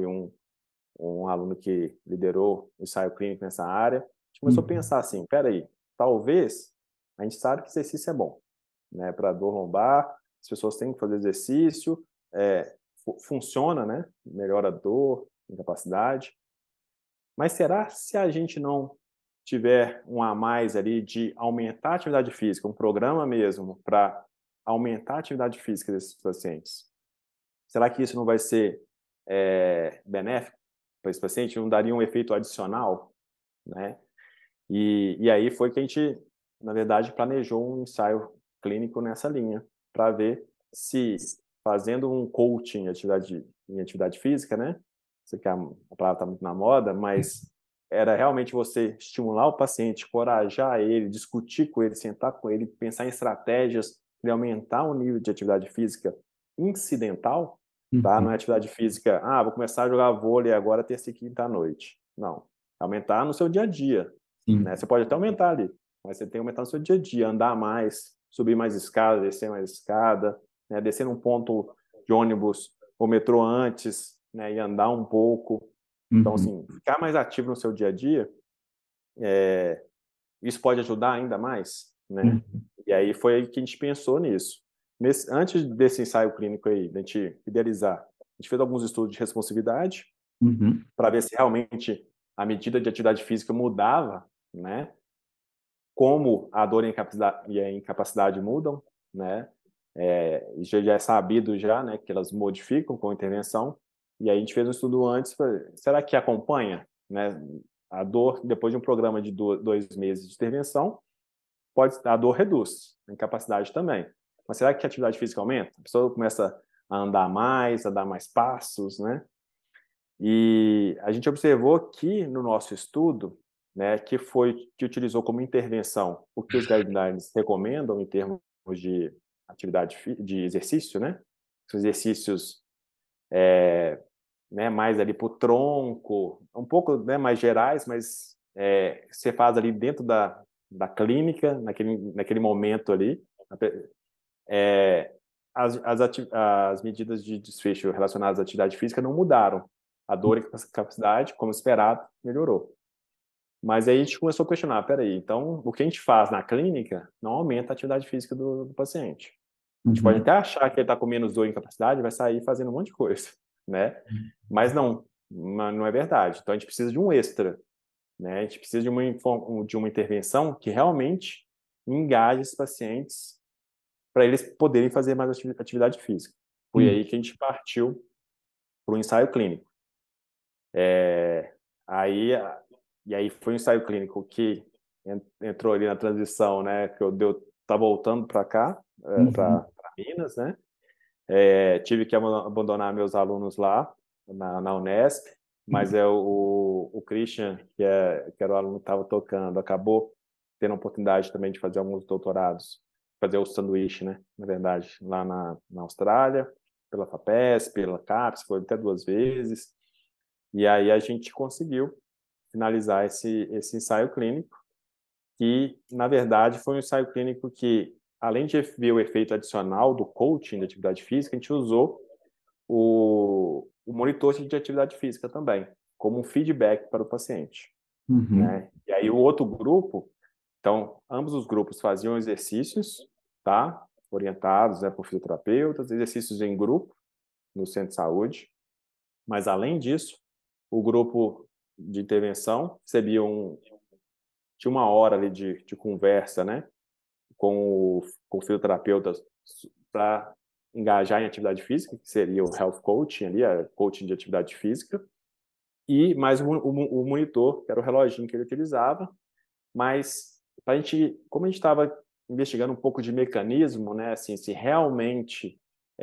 um aluno que liderou o ensaio clínico nessa área. A gente começou a Uhum. pensar assim, peraí, talvez, a gente sabe que exercício é bom, né, para dor lombar, as pessoas têm que fazer exercício, funciona, né, melhora a dor, incapacidade, mas será se a gente não tiver um a mais ali de aumentar a atividade física, um programa mesmo para aumentar a atividade física desses pacientes, será que isso não vai ser benéfico para esse paciente? Não daria um efeito adicional, né? E aí foi que a gente, na verdade, planejou um ensaio clínico nessa linha, para ver se fazendo um coaching em atividade física, né? Sei que a palavra está muito na moda, mas era realmente você estimular o paciente, corajar ele, discutir com ele, sentar com ele, pensar em estratégias de aumentar o nível de atividade física incidental, tá? Não é Uhum. atividade física, vou começar a jogar vôlei agora terça e quinta à noite. Não. Aumentar no seu dia a dia, né? Sim. Você pode até aumentar ali, mas você tem que aumentar no seu dia a dia, andar mais, subir mais escada, descer mais escada, né? Descer num ponto de ônibus ou metrô antes, né? E andar um pouco. Então, Uhum. assim, ficar mais ativo no seu dia a dia, isso pode ajudar ainda mais, né? Uhum. E aí foi aí que a gente pensou nisso. Antes desse ensaio clínico aí, da gente idealizar, a gente fez alguns estudos de responsividade Uhum. para ver se realmente a medida de atividade física mudava, né? Como a dor e a incapacidade mudam, né? Isso já é sabido já, né? Que elas modificam com a intervenção. E aí a gente fez um estudo antes, será que acompanha, né? A dor, depois de um programa de 2 meses de intervenção, a dor reduz, a incapacidade também. Mas será que a atividade física aumenta? A pessoa começa a andar mais, a dar mais passos, né? E a gente observou que no nosso estudo, né, que utilizou como intervenção o que os guidelines recomendam em termos de de exercício, né? Os exercícios né, mais ali para o tronco, um pouco, né, mais gerais, mas você faz ali dentro da clínica, naquele momento ali. É, as medidas de desfecho relacionadas à atividade física não mudaram. A dor e capacidade, como esperado, melhorou. Mas aí a gente começou a questionar, peraí, então o que a gente faz na clínica não aumenta a atividade física do paciente. A gente pode Uhum. até achar que ele está com menos dor e incapacidade e vai sair fazendo um monte de coisa, né? Mas não é verdade. Então a gente precisa de um extra, né? A gente precisa de uma intervenção que realmente engaje esses pacientes para eles poderem fazer mais atividade física. Foi Uhum. aí que a gente partiu para o ensaio clínico. É, aí, e aí foi um ensaio clínico que entrou ali na transição, né? Que eu tá voltando para cá, Uhum. para Minas, né? Tive que abandonar meus alunos lá na Unesp, mas o Christian, que era o aluno que estava tocando, acabou tendo a oportunidade também de fazer alguns doutorados, fazer o sanduíche, né? Na verdade, lá na Austrália, pela FAPESP, pela CAPES, foi até 2 vezes. E aí a gente conseguiu finalizar esse ensaio clínico, que, na verdade, foi um ensaio clínico que, além de ver o efeito adicional do coaching da atividade física, a gente usou o monitor de atividade física também, como um feedback para o paciente, Uhum. né? E aí o outro grupo, então, ambos os grupos faziam exercícios, tá? Orientados, né, por fisioterapeutas, exercícios em grupo no centro de saúde, mas além disso, o grupo de intervenção recebia tinha uma hora ali de conversa, né, com o fisioterapeuta para engajar em atividade física, que seria o health coaching ali, a coaching de atividade física, e mais o monitor, que era o reloginho que ele utilizava, mas como a gente estava investigando um pouco de mecanismo, né, assim, se realmente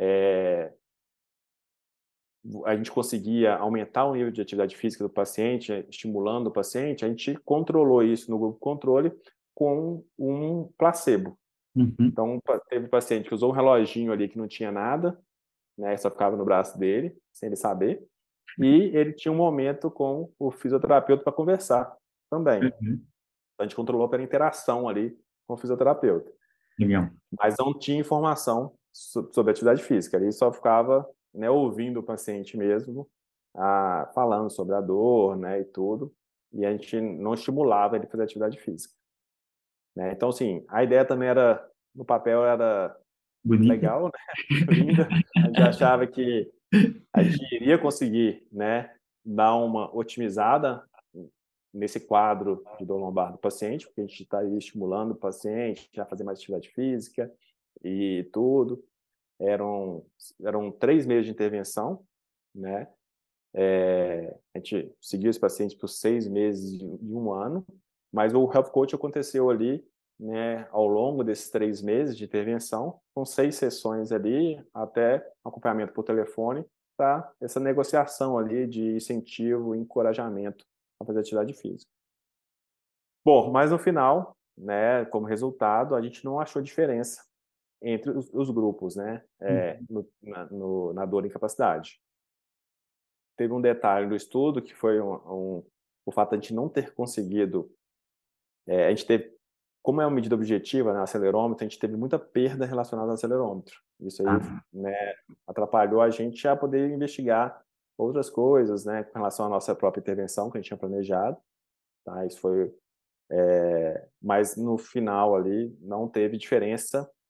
a gente conseguia aumentar o nível de atividade física do paciente, estimulando o paciente, a gente controlou isso no grupo controle com um placebo. Uhum. Então, teve paciente que usou um reloginho ali que não tinha nada, né, só ficava no braço dele, sem ele saber, e ele tinha um momento com o fisioterapeuta para conversar também. Uhum. A gente controlou pela interação ali com o fisioterapeuta. Legal. Mas não tinha informação sobre atividade física. Ele só ficava, né, ouvindo o paciente mesmo, falando sobre a dor, né, e tudo. E a gente não estimulava ele a fazer atividade física, né? Então, assim, a ideia também era, no papel, era Bonita. legal, né? Linda. A gente achava que a gente iria conseguir, né, dar uma otimizada nesse quadro de dor lombar do paciente, porque a gente está estimulando o paciente a fazer mais atividade física e tudo. Eram 3 meses de intervenção, né? A gente seguiu esse paciente por 6 meses e um ano, mas o health coach aconteceu ali, né, ao longo desses 3 meses de intervenção, com 6 sessões ali, até acompanhamento por telefone, para essa negociação ali de incentivo e encorajamento a fazer atividade física. Bom, mas no final, né, como resultado, a gente não achou diferença entre os grupos, né, Uhum. na dor e incapacidade. Teve um detalhe do estudo que foi o fato de a gente não ter conseguido, a gente teve, como é uma medida objetiva, né, acelerômetro, a gente teve muita perda relacionada ao acelerômetro. Isso aí, Ah, né, atrapalhou a gente a poder investigar outras coisas, né, com relação à nossa própria intervenção que a gente tinha planejado, tá? Isso foi, mas no final ali não teve diferença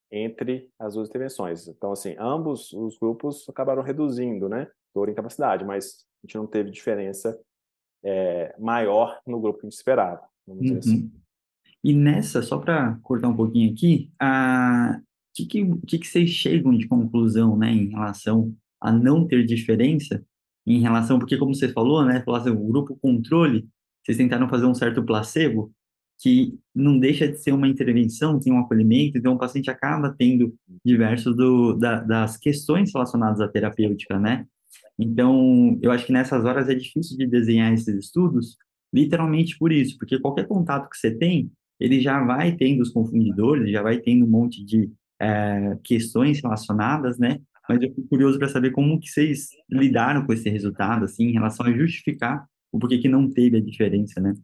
entre as duas intervenções. Então, assim, ambos os grupos acabaram reduzindo, né, dor e incapacidade, mas a gente não teve diferença maior no grupo que a gente esperava, vamos dizer assim. Uhum. E nessa, só para cortar um pouquinho aqui, que vocês chegam de conclusão, né, em relação a não ter diferença, em relação, porque como você falou, né, falou assim, o grupo controle, vocês tentaram fazer um certo placebo, que não deixa de ser uma intervenção, tem um acolhimento, então o paciente acaba tendo diversos das questões relacionadas à terapêutica, né? Então, eu acho que nessas horas é difícil de desenhar esses estudos, literalmente por isso, porque qualquer contato que você tem, ele já vai tendo os confundidores, já vai tendo um monte de questões relacionadas, né? Mas eu fico curioso para saber como que vocês lidaram com esse resultado, assim, em relação a justificar o porquê que não teve a diferença, né?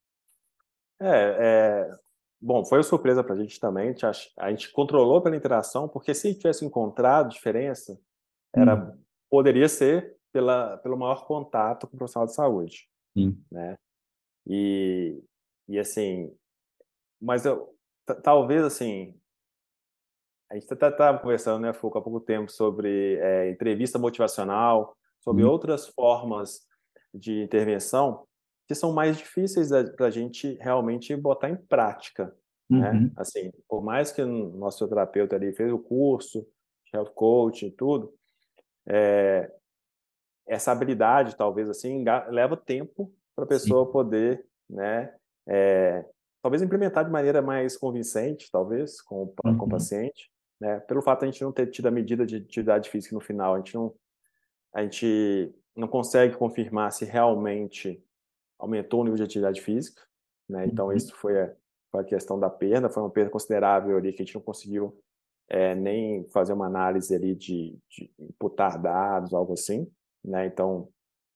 Bom, foi uma surpresa para a gente também. A gente controlou pela interação, porque se tivesse encontrado diferença, Hum, poderia ser pelo maior contato com o profissional de saúde, sim. né? E, e assim, mas talvez assim, a gente estava conversando, né, Foucault, há pouco tempo sobre entrevista motivacional, sobre Hum, outras formas de intervenção que são mais difíceis para a gente realmente botar em prática, né? uhum, Assim, por mais que o nosso terapeuta ali fez o curso, health coaching e tudo, essa habilidade, talvez assim, leva tempo para a sim. pessoa poder, né, talvez implementar de maneira mais convincente, talvez, com o Uhum, paciente, né, pelo fato de a gente não ter tido a medida de atividade física no final, a gente não consegue confirmar se realmente aumentou o nível de atividade física, né, então uhum, isso foi a questão da perda, foi uma perda considerável ali que a gente não conseguiu nem fazer uma análise ali de imputar dados, algo assim, né, então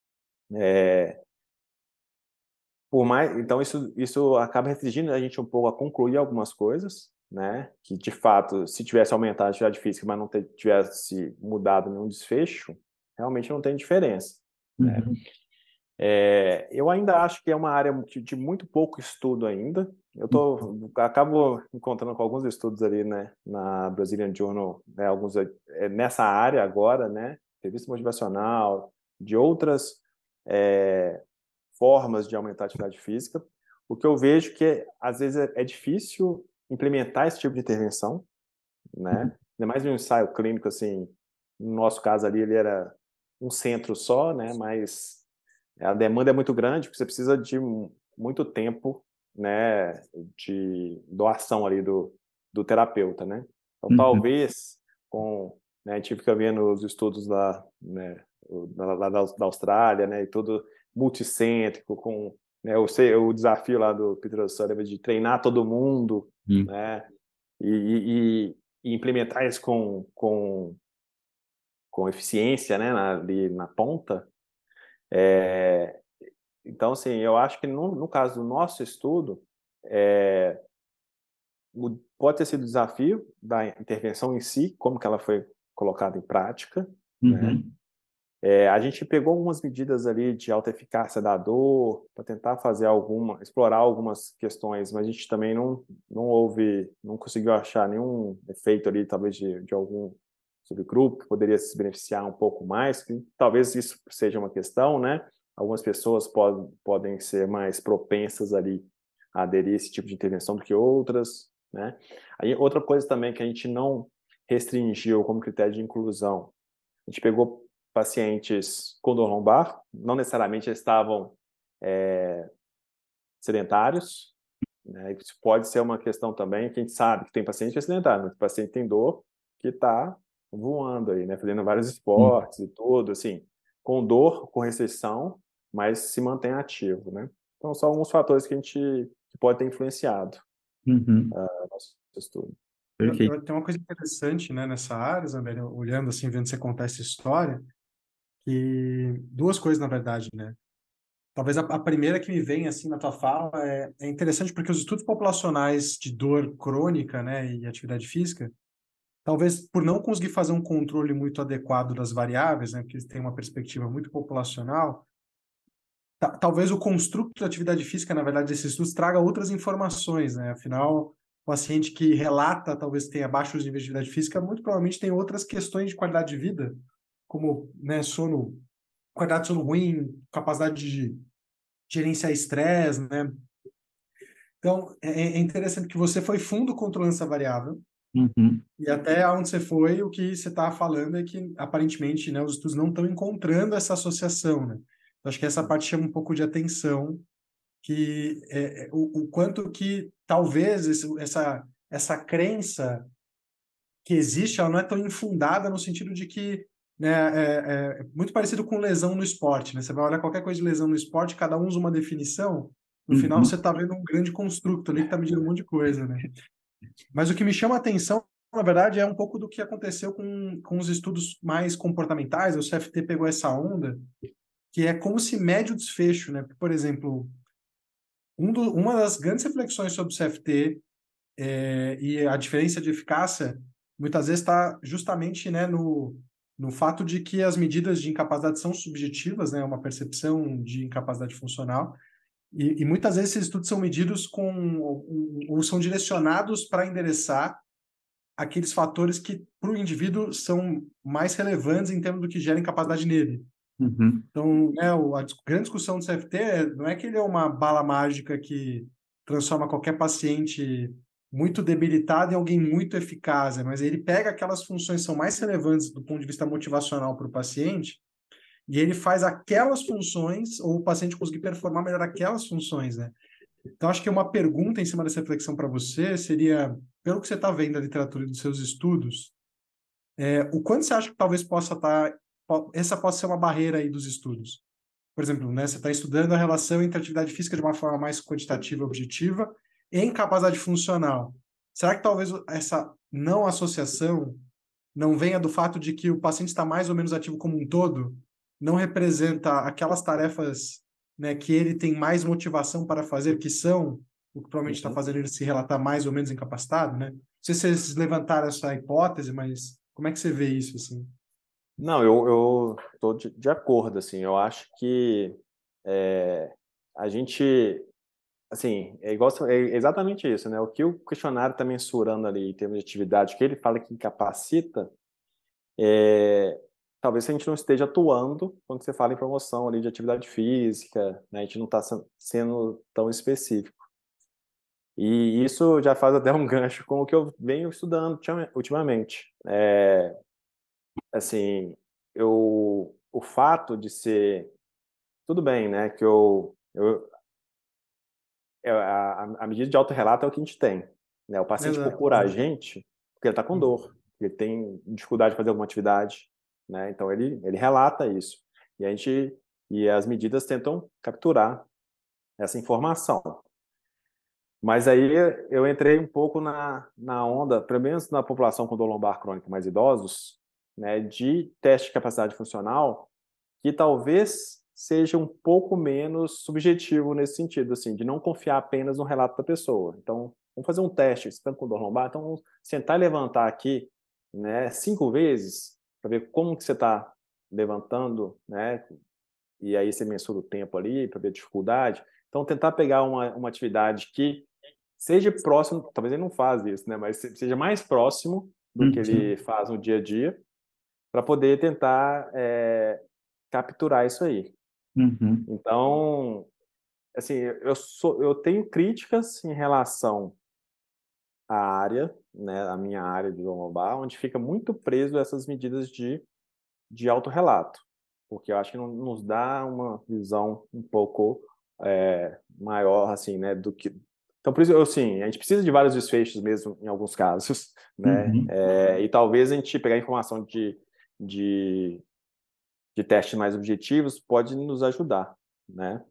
então isso acaba restringindo a gente um pouco a concluir algumas coisas, né? Que de fato, se tivesse aumentado a atividade física, mas não tivesse mudado nenhum desfecho, realmente não tem diferença, né? uhum, Eu ainda acho que é uma área de muito pouco estudo ainda. Acabo encontrando com alguns estudos ali, né, na Brazilian Journal, né, alguns nessa área agora, né, revista motivacional, de outras é, formas de aumentar a atividade física. O que eu vejo que às vezes é difícil implementar esse tipo de intervenção, né? Ainda mais em um ensaio clínico, assim, no nosso caso ali ele era um centro só, né? Mas a demanda é muito grande, porque você precisa de muito tempo, né? De doação ali do terapeuta, né? Então uhum, talvez né, a gente fica vendo os estudos lá, né? Lá da Austrália, né? E tudo multicêntrico, com né, o desafio lá do Peter Sullivan de treinar todo mundo, sim. né? E implementar isso com eficiência, né, ali na ponta. Então, assim, eu acho que no caso do nosso estudo, pode ter sido o desafio da intervenção em si, como que ela foi colocada em prática, né? Uhum, A gente pegou algumas medidas ali de alta eficácia da dor para tentar explorar algumas questões, mas a gente também não conseguiu achar nenhum efeito ali, talvez de algum subgrupo que poderia se beneficiar um pouco mais. Que talvez isso seja uma questão, né? Algumas pessoas podem ser mais propensas ali a aderir a esse tipo de intervenção do que outras, né? Aí, outra coisa também que a gente não restringiu como critério de inclusão, a gente pegou pacientes com dor lombar, não necessariamente eles estavam sedentários, né? Isso pode ser uma questão também, que a gente sabe que tem paciente que é sedentário, mas o paciente tem dor que está voando aí, né? Fazendo vários sim. esportes e tudo, assim, com dor, com restrição, mas se mantém ativo, né? Então, são alguns fatores que pode ter influenciado Uhum, o nosso estudo. perfeito. Tem uma coisa interessante, né, nessa área, Zambelli, olhando assim, vendo você contar essa história, que duas coisas, na verdade, né? Talvez a primeira que me vem assim na tua fala é interessante porque os estudos populacionais de dor crônica, né, e atividade física, talvez por não conseguir fazer um controle muito adequado das variáveis, né, porque eles têm uma perspectiva muito populacional, talvez o construto da atividade física, na verdade, desses estudos traga outras informações, né? Afinal, paciente que relata talvez tenha baixos níveis de atividade física, muito provavelmente tem outras questões de qualidade de vida, como, né, sono, qualidade de sono ruim, capacidade de gerenciar estresse, né? Então, é interessante que você foi fundo controlando essa variável, Uhum. e até onde você foi, o que você está falando é que, aparentemente, né, os estudos não estão encontrando essa associação, né? Eu acho que essa parte chama um pouco de atenção, que o quanto que talvez essa crença que existe, ela não é tão infundada no sentido de que, né, é muito parecido com lesão no esporte, né? Você vai olhar qualquer coisa de lesão no esporte, cada um usa uma definição, no final você Uhum. está vendo um grande construto ali que está medindo um monte de coisa, né? Mas o que me chama a atenção, na verdade, é um pouco do que aconteceu com os estudos mais comportamentais. O CFT pegou essa onda, que é como se mede o desfecho, né? Por exemplo, uma das grandes reflexões sobre o CFT e a diferença de eficácia, muitas vezes está justamente, né, no fato de que as medidas de incapacidade são subjetivas, né? Uma percepção de incapacidade funcional. E muitas vezes esses estudos são medidos ou são direcionados para endereçar aqueles fatores que, para o indivíduo, são mais relevantes em termos do que gera incapacidade nele. Uhum. Então, né, a grande discussão do CFT não é que ele é uma bala mágica que transforma qualquer paciente muito debilitado em alguém muito eficaz, mas ele pega aquelas funções que são mais relevantes do ponto de vista motivacional para o paciente e ele faz aquelas funções, ou o paciente conseguir performar melhor aquelas funções, né? Então, acho que uma pergunta em cima dessa reflexão para você seria, pelo que você está vendo da literatura e dos seus estudos, o quanto você acha que talvez essa possa ser uma barreira aí dos estudos? Por exemplo, né, você está estudando a relação entre atividade física de uma forma mais quantitativa e objetiva e incapacidade funcional. Será que talvez essa não associação não venha do fato de que o paciente está mais ou menos ativo como um todo, não representa aquelas tarefas, né, que ele tem mais motivação para fazer, que são o que provavelmente está Uhum. fazendo ele se relatar mais ou menos incapacitado, né? Não sei se vocês levantaram essa hipótese, mas como é que você vê isso, assim? Não, eu tô de acordo, assim, eu acho que a gente, assim, é igual, é exatamente isso, né? O que o questionário está mensurando ali em termos de atividade, o que ele fala que incapacita, talvez a gente não esteja atuando quando você fala em promoção ali de atividade física, né? A gente não está sendo tão específico. E isso já faz até um gancho com o que eu venho estudando ultimamente. Assim, o fato de ser, tudo bem, né, que a medida de autorrelato é o que a gente tem, né? O paciente Exato, procura a exato. gente porque ele está com Uhum. dor, ele tem dificuldade de fazer alguma atividade, né? Então ele relata isso. E a gente e as medidas tentam capturar essa informação. Mas aí eu entrei um pouco na onda, pelo menos na população com dor lombar crônica mais idosos, né, de teste de capacidade funcional, que talvez seja um pouco menos subjetivo nesse sentido, assim, de não confiar apenas no relato da pessoa. Então, vamos fazer um teste, você está com dor lombar, então vamos sentar e levantar aqui, né, 5 vezes, para ver como que você está levantando, né, e aí você mensura o tempo ali, para ver a dificuldade. Então, tentar pegar uma atividade que seja próximo, talvez ele não faz isso, né, mas seja mais próximo do que Uhum. ele faz no dia a dia, para poder tentar capturar isso aí. Uhum. Então, assim, eu tenho críticas em relação à área, né, a minha área de lombar, onde fica muito preso a essas medidas de autorrelato, porque eu acho que não nos dá uma visão um pouco maior, assim, né, do que... Então, por isso, assim, a gente precisa de vários desfechos mesmo, em alguns casos, né, Uhum. e talvez a gente pegar informação de, de testes mais objetivos pode nos ajudar, né.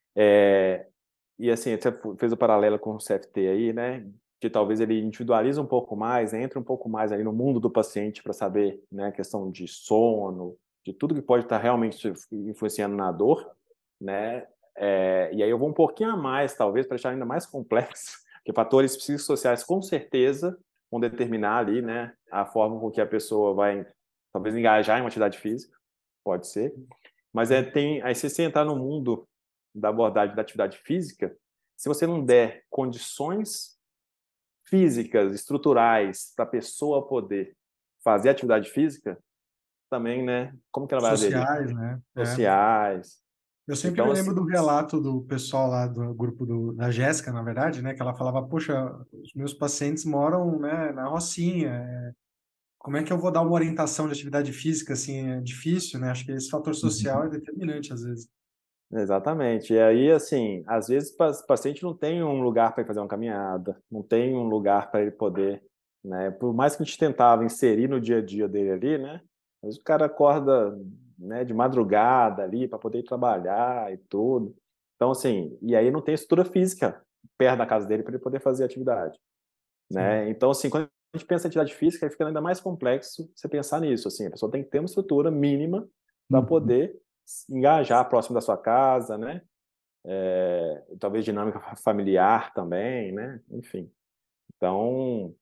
E assim, você fez o paralelo com o CFT aí, né? Que talvez ele individualiza um pouco mais, entra um pouco mais aí no mundo do paciente para saber, né, a questão de sono, de tudo que pode estar realmente influenciando na dor, né? E aí eu vou um pouquinho a mais, talvez, para deixar ainda mais complexo, que fatores psicossociais com certeza vão determinar ali, né, a forma com que a pessoa vai, talvez, engajar em uma atividade física, pode ser. Mas aí se você entrar no mundo da abordagem da atividade física, se você não der condições físicas, estruturais, para a pessoa poder fazer atividade física, também, né? Como que ela vai aderir? Sociais, né? Sociais. Eu sempre Então, me assim, lembro do relato do pessoal lá do grupo da Jéssica, na verdade, né? Que ela falava, poxa, os meus pacientes moram, né, na Rocinha. Como é que eu vou dar uma orientação de atividade física, assim, é difícil, né? Acho que esse fator social é determinante, às vezes. exatamente. E aí, assim, às vezes o paciente não tem um lugar para fazer uma caminhada, não tem um lugar para ele poder, né? Por mais que a gente tentava inserir no dia a dia dele ali, né? Mas o cara acorda, né, de madrugada ali para poder ir trabalhar e tudo. Então, assim, e aí não tem estrutura física perto da casa dele para ele poder fazer atividade, Sim. né? Então, assim, quando a gente pensa em atividade física, fica ainda mais complexo você pensar nisso, assim, a pessoa tem que ter uma estrutura mínima para Uhum. poder engajar próximo da sua casa, né? Talvez dinâmica familiar também, né? Enfim. Então,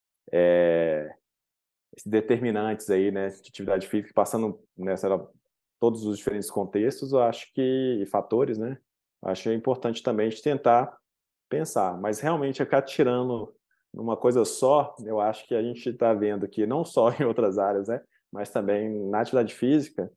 esses determinantes aí, né, de atividade física, passando nessa todos os diferentes contextos, eu acho que e fatores, né? Eu acho importante também a gente tentar pensar, mas realmente ficar tirando numa coisa só, eu acho que a gente está vendo que não só em outras áreas, né, mas também na atividade física,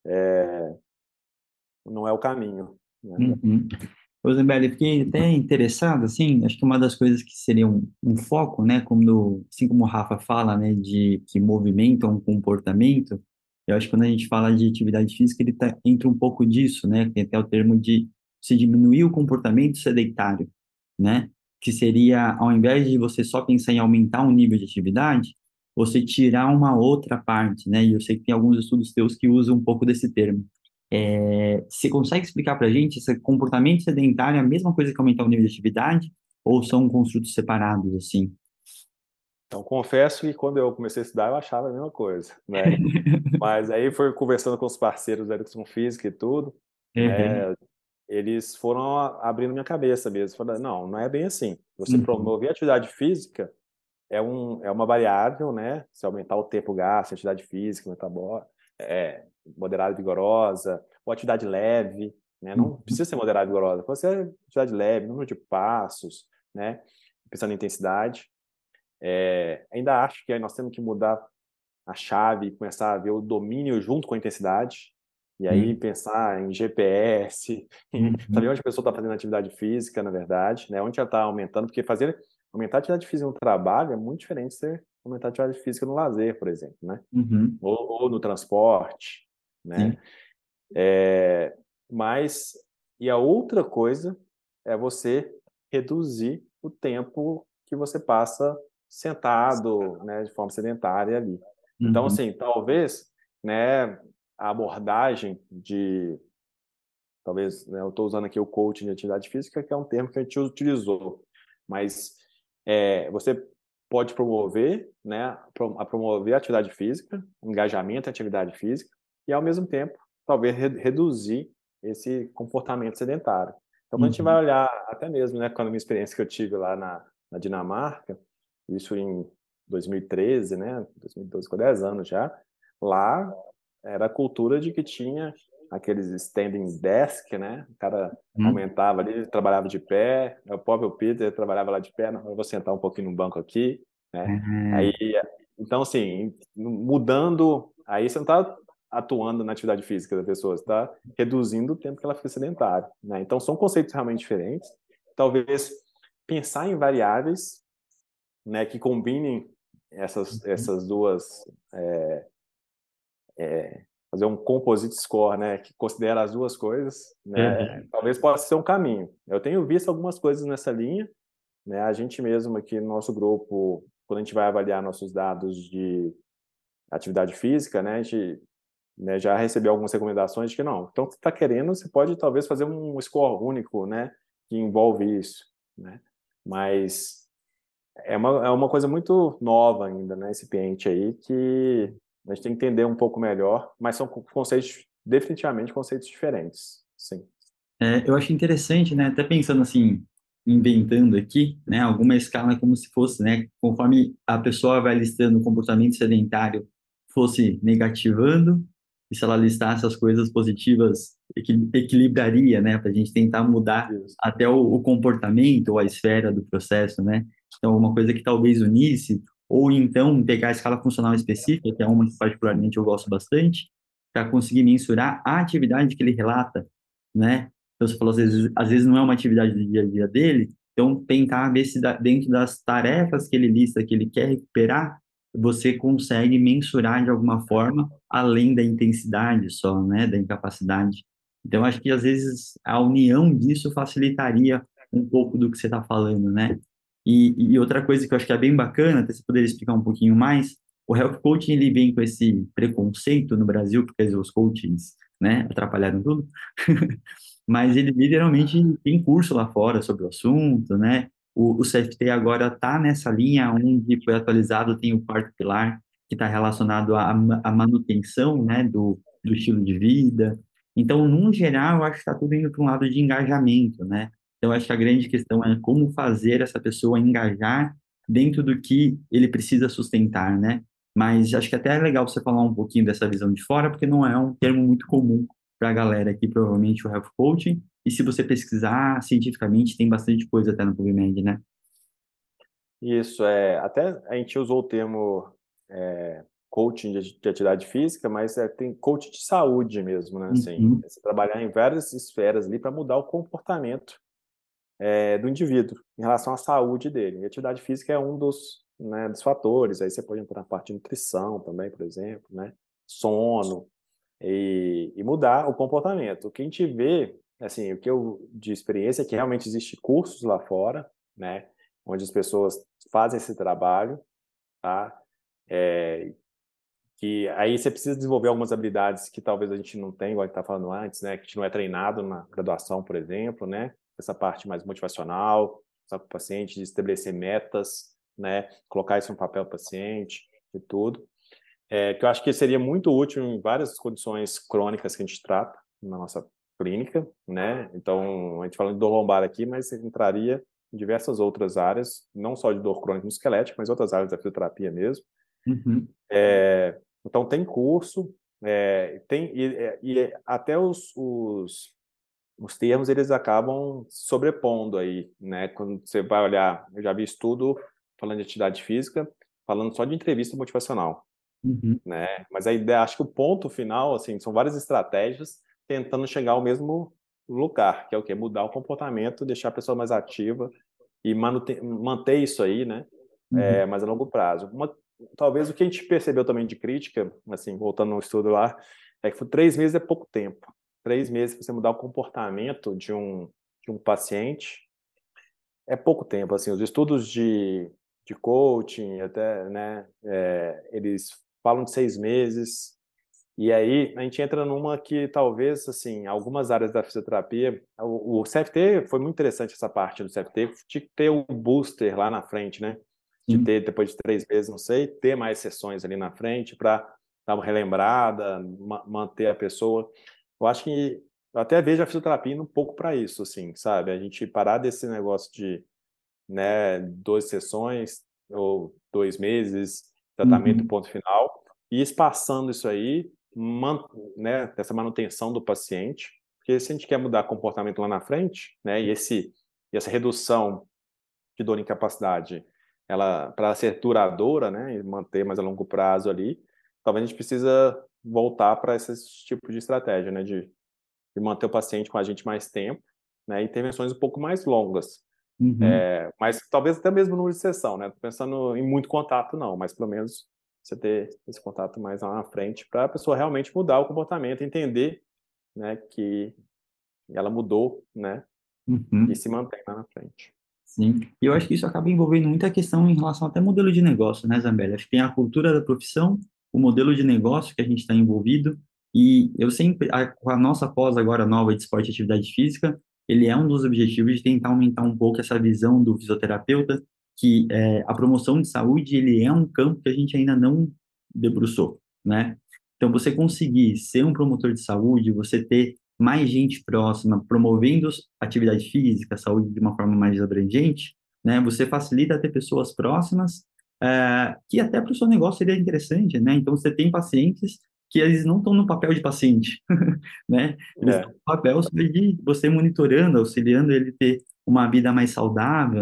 não é o caminho, né? Uhum. Ô, Zambelli, fiquei até interessado, assim, acho que uma das coisas que seria um foco, né, assim como o Rafa fala, né, de que movimento é um comportamento, eu acho que quando a gente fala de atividade física, entra um pouco disso, né, tem até o termo de se diminuir o comportamento sedentário, né, que seria, ao invés de você só pensar em aumentar um nível de atividade, você tirar uma outra parte, né, e eu sei que tem alguns estudos teus que usam um pouco desse termo. Você consegue explicar para a gente esse comportamento sedentário é a mesma coisa que aumentar o nível de atividade ou são construtos separados, assim? Então, confesso que quando eu comecei a estudar, eu achava a mesma coisa, né? Mas aí foi conversando com os parceiros da educação física e tudo, Uhum, né? Eles foram abrindo minha cabeça mesmo. Falando, não, não é bem assim. Você uhum, promover a atividade física é uma variável, né? Se aumentar o tempo gasto, atividade física, metabólica, moderada e vigorosa, ou atividade leve, né? Não uhum, precisa ser moderada e vigorosa, pode ser atividade leve, número de passos, né? Pensando em intensidade. Ainda acho que aí nós temos que mudar a chave e começar a ver o domínio junto com a intensidade. E aí sim, pensar em GPS, em saber uhum, onde a pessoa está fazendo atividade física, na verdade, né? Onde ela está aumentando, porque aumentar a atividade física no trabalho é muito diferente de você aumentar a atividade física no lazer, por exemplo, né? uhum, Ou no transporte, né? sim, Mas, e a outra coisa é você reduzir o tempo que você passa sentado, né, de forma sedentária ali. Então, uhum, assim, talvez, né, a abordagem talvez, né, eu estou usando aqui o coaching de atividade física, que é um termo que a gente utilizou, mas você pode promover, né, promover a atividade física, engajamento em atividade física, e ao mesmo tempo, talvez reduzir esse comportamento sedentário. Então, quando a gente vai uhum, olhar, até mesmo, né, com a minha experiência que eu tive lá na Dinamarca, isso em 2013, né, 2012, com 10 anos já, lá era a cultura de que tinha aqueles standing desk, né? O cara uhum, aumentava ali, trabalhava de pé, o próprio Peter trabalhava lá de pé, não, eu vou sentar um pouquinho no banco aqui, né? Aí, então, assim, mudando, aí você não está atuando na atividade física da pessoa, você está reduzindo o tempo que ela fica sedentária, né? Então, são conceitos realmente diferentes. Talvez pensar em variáveis, né, que combinem essas duas fazer um composite score, né, que considera as duas coisas, né, uhum, talvez possa ser um caminho. Eu tenho visto algumas coisas nessa linha, né, a gente mesmo aqui no nosso grupo, quando a gente vai avaliar nossos dados de atividade física, né, a gente, né, já recebeu algumas recomendações de que não, então você está querendo, você pode talvez fazer um score único, né, que envolve isso, né, mas é uma coisa muito nova ainda, né, esse cliente aí, que a gente tem que entender um pouco melhor, mas são conceitos, definitivamente conceitos diferentes, sim. Eu acho interessante, né? Até pensando assim, inventando aqui, né? Alguma escala como se fosse, né? Conforme a pessoa vai listando o comportamento sedentário, fosse negativando, e se ela listasse as coisas positivas, equilibraria, né? Para a gente tentar mudar Isso. até o comportamento ou a esfera do processo, né? então uma coisa que talvez unisse, ou então pegar a escala funcional específica, que é uma que particularmente eu gosto bastante, para conseguir mensurar a atividade que ele relata, né? Então, você falou, às vezes não é uma atividade do dia a dia dele, então tentar ver se dentro das tarefas que ele lista, que ele quer recuperar, você consegue mensurar de alguma forma, além da intensidade só, né, da incapacidade. Então, acho que às vezes a união disso facilitaria um pouco do que você está falando, né? E outra coisa que eu acho que é bem bacana, até você poderia explicar um pouquinho mais, o health coaching ele vem com esse preconceito no Brasil, porque os coachings, né, atrapalharam tudo, mas ele literalmente tem curso lá fora sobre o assunto, né? O CFT agora está nessa linha onde foi atualizado, tem o quarto pilar, que está relacionado à manutenção, né, do estilo de vida. Então, no geral, eu acho que está tudo indo para um lado de engajamento, né? Então, eu acho que a grande questão é como fazer essa pessoa engajar dentro do que ele precisa sustentar, né? Mas acho que até é legal você falar um pouquinho dessa visão de fora, porque não é um termo muito comum para a galera aqui, provavelmente, o health coaching. E se você pesquisar cientificamente, tem bastante coisa até no PubMed, né? Isso, até a gente usou o termo coaching de atividade física, mas tem coaching de saúde mesmo, né? Assim, Uhum, você trabalhar em várias esferas ali para mudar o comportamento do indivíduo em relação à saúde dele. E a atividade física é um dos, né, dos fatores. Aí você pode entrar na parte de nutrição também, por exemplo, né? Sono e mudar o comportamento. O que a gente vê, assim, o que eu de experiência é que realmente existe cursos lá fora, né? Onde as pessoas fazem esse trabalho, tá? Que aí você precisa desenvolver algumas habilidades que talvez a gente não tenha, igual a gente está falando antes, né? Que a gente não é treinado na graduação, por exemplo, né? Essa parte mais motivacional, só com o paciente, de estabelecer metas, né? Colocar isso no papel do paciente e tudo. Que eu acho que seria muito útil em várias condições crônicas que a gente trata na nossa clínica, né? Então, a gente falando de dor lombar aqui, mas entraria em diversas outras áreas, não só de dor crônica musculoesquelética, mas outras áreas da fisioterapia mesmo. uhum, Então, tem curso, e até os termos, eles acabam sobrepondo aí, né? Quando você vai olhar, eu já vi estudo falando de atividade física, falando só de entrevista motivacional, uhum, né? Mas a ideia, acho que o ponto final, assim, são várias estratégias tentando chegar ao mesmo lugar, que é o quê? Mudar o comportamento, deixar a pessoa mais ativa e manter isso aí, né? uhum, Mas a longo prazo. Talvez o que a gente percebeu também de crítica, assim, voltando no estudo lá, é que 3 meses é pouco tempo. 3 meses para você mudar o comportamento de um paciente é pouco tempo. Assim, os estudos de coaching, até, né, eles falam de 6 meses. E aí a gente entra numa que talvez, assim, algumas áreas da fisioterapia, o CFT foi muito interessante essa parte do CFT, de ter o booster lá na frente, né? De sim, ter, depois de 3 meses, não sei, ter mais sessões ali na frente para dar uma relembrada, manter a pessoa. Eu acho que eu até vejo a fisioterapia indo um pouco para isso, assim, sabe? A gente parar desse negócio de, né, 12 sessões ou 2 meses, tratamento uhum, ponto final, e espaçando isso aí, né, dessa manutenção do paciente, porque se a gente quer mudar comportamento lá na frente, né, e essa redução de dor e incapacidade, ela para ser duradoura, né, e manter mais a longo prazo ali, talvez a gente precisa voltar para esse tipo de estratégia, né, de manter o paciente com a gente mais tempo, né, intervenções um pouco mais longas. uhum. Mas talvez até mesmo número de sessão, né? Tô pensando em muito contato, não, mas pelo menos você ter esse contato mais lá na frente para a pessoa realmente mudar o comportamento, entender, né, que ela mudou, né, e Uhum. se mantém lá na frente. Sim, e eu acho que isso acaba envolvendo muita questão em relação até modelo de negócio, né, Zambelli? Acho que tem a cultura da profissão, o modelo de negócio que a gente está envolvido, e eu sempre, com a nossa pós agora nova de esporte e atividade física, ele é um dos objetivos de tentar aumentar um pouco essa visão do fisioterapeuta, que a promoção de saúde, ele é um campo que a gente ainda não debruçou, né? Então, você conseguir ser um promotor de saúde, você ter mais gente próxima, promovendo atividade física, saúde de uma forma mais abrangente, né? Você facilita ter pessoas próximas, que até para o seu negócio seria interessante, né? Então, você tem pacientes que eles não estão no papel de paciente, né? Eles estão É, no papel só de você monitorando, auxiliando ele ter uma vida mais saudável, né?